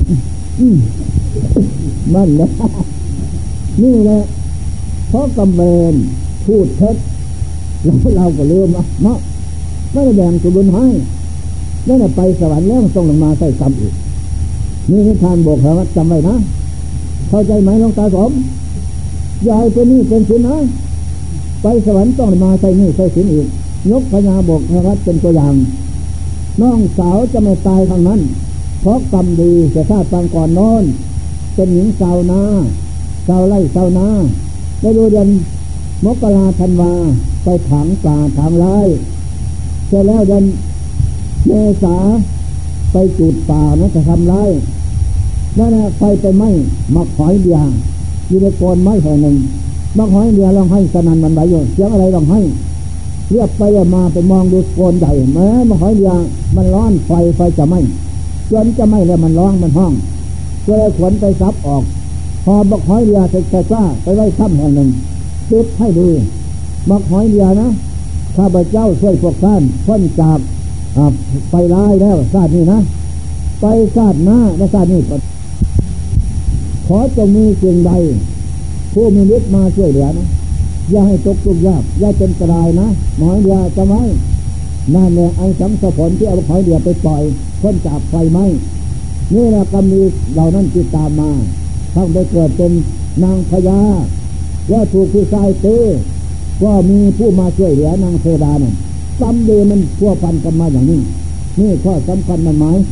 นั่นแหละนี่แหละเพราะกำเนิดพูดเท็จแล้วเราก็ลืมเนาะไม่ได้แบ่งส่วนบุญให้แล้วไปสวรรค์แล้วต้องลงมาใส่กรรมอีกนี่นิทานบอกเราจำไว้นะเข้าใจไหมน้องตาสมยายเป็นนี่เป็นสินนะไปสวรรค์ต้องมาใส่นี่ใส่สินอีกยกพญาบอกนะครับเป็นตัวอย่างน้องสาวจะไม่ตายทางนั้นเพราะกรรมดีจะชาติปางก่อนโน้นเป็นหญิงชาวนาชาวไร่ชาวนาได้ดูเดือนมกราธันวาไปถางป่าถางไร่เสร็จแล้วเดือนเมษาไปจุดป่านะจะทำไรนั่นแหละไฟไปไหม้มักหอยเดียอยู่ในโคนไม้แห่งหนึ่งมักหอยเดียร้องให้สนั่นมันไหวอยู่เสียงอะไรร้องให้เรียบไปมาไปมองดูโคนใหญ่แม้มักหอยเดียมันร้อนไฟจะไหม้จนจะไหม้แล้วมันร้องมันห้องก็เลยขวนไปซับออกพอมักหอยเดียเสร็จซ่าไปไว้ถ้ำแห่งหนึ่งติดให้ดูมักหอยเดียนะข้าพเจ้าช่วยพวกท่านพ้นจากไปร้ายแล้วชาตินี้นะไปชาติหน้าและชาตินี้ขอจงมีสิ่งใดผู้มีฤทธิ์มาช่วยเหลือนะอย่าให้ตกทุกข์ยากอย่าเป็นกระไรนะหมอยเดียจะไว้นั่นแหละไอ้สังสผลที่เอาหอยเดียไปปล่อยพ้นจากไฟไหม้นี่แหละกรรมดีเหล่านั้นที่ตามมาทั้งไปเกิดเป็นนางพญาแล้วถูกผู้ชายตีก็มีผู้มาช่วยเหลือนางเทดานั่นกรรมดีมันพัวพันกันมาอย่างนี้นี่ข้อสำคัญมันหมาย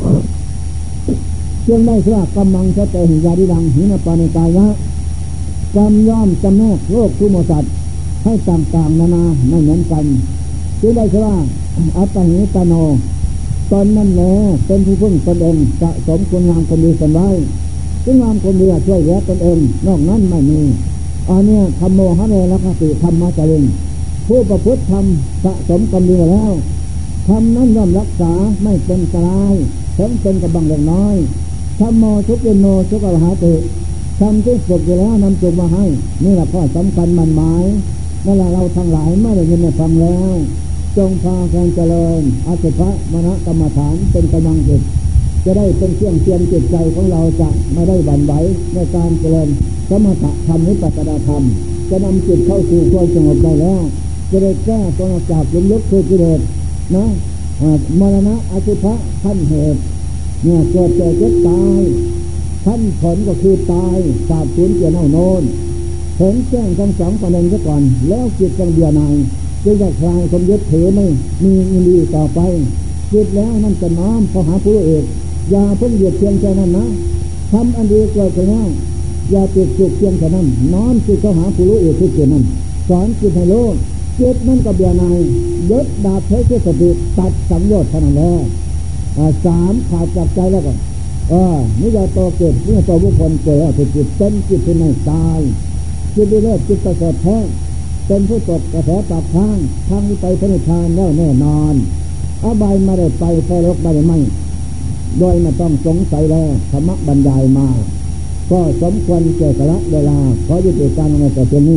เชื่อได้ว่ากำลังจะเตหิยาดิดังหินปานิกายะกรรมย่อมจำแนกโลกทุกโมสัตว์ให้ต่างๆนานาไม่เหมือนกันเชื่อได้ว่าอัตถิตโนตอนนั้นแหละเป็นผู้พึ่งตนเองสะสมคุณงามความดีกันไว้คุณงามความดีช่วยเหลือตนเองนอกนั้นไม่มีอันนี้ธรรมโมหะเนรคติธรรมะจริญผู้ประพฤติธรรมสะสมกรรมดีมาแล้วธรรมนั้นย่อมรักษาไม่เป็นกลายถึงเป็นกำบังเล็กน้อยธรรมโมทุกโนทุกอรหะติทำที่ฝึกอยู่แล้วนำจุกมาให้นี่แหละข้อสำคัญมันหมายนั่นแหละเราทั้งหลายไม่ได้ยินได้ฟังแล้วจงพากันเจริญอสุภมนกรรมฐานเป็นกำลังจิตจะได้เป็นเครื่องเตือนจิตใจของเราจะไม่ได้บั่นไหวในการเจริญสมถะธรรมวิปัสสนาธรรมจะนำจิตเข้าสู่ความสงบได้แล้วจะได้แก้ตัวจากลุ่มลึกคือกิเลสนะมรณะอสุภะขั้นเหตุเนี่ยเกิดเจ็บตายขั้นผลก็คือตายสาบสูญเกี่ยวเน่าโน่นเห็นแจ้งทั้งสองประเด็นซะก่อนแล้วจิตจังเบียนายจึงจะคลายความยึดถือไม่มีอินทรีย์ต่อไปจิตแล้วนั่นจะน้อมเข้าหาผู้รู้เอกอย่าเพิ่งเหยียดเพียงแค่นั้นนะทำอันดีเกิดขึ้นแล้วอย่าติดจุกเพียงแค่นั้นน้อมจิตเข้าหาผู้รู้เอกที่เกิดนั้นสอนจิตให้รู้จิตนั่นก็เบียนายยึดดาบใช้สติตัดสังโยชน์เท่านั้นแหละสามขาดจากใจแล้วก็นิยาโตเกิดนิยาโตบุคคลเกิดจิตเป็นจิตที่ไม่ตายจิตดีเลิศจิตประเสริฐแท้เป็นผู้ตกกระแสปากทางที่ไปพระนิพพานแล้วแน่นอนอบายมาได้ไปไฟรกมาได้ไม่โดยไม่ต้องสงสัยแล้วธรรมะบรรยายมาก็สมควรเจริญเวลาขอยุติการในแต่เพียงนี้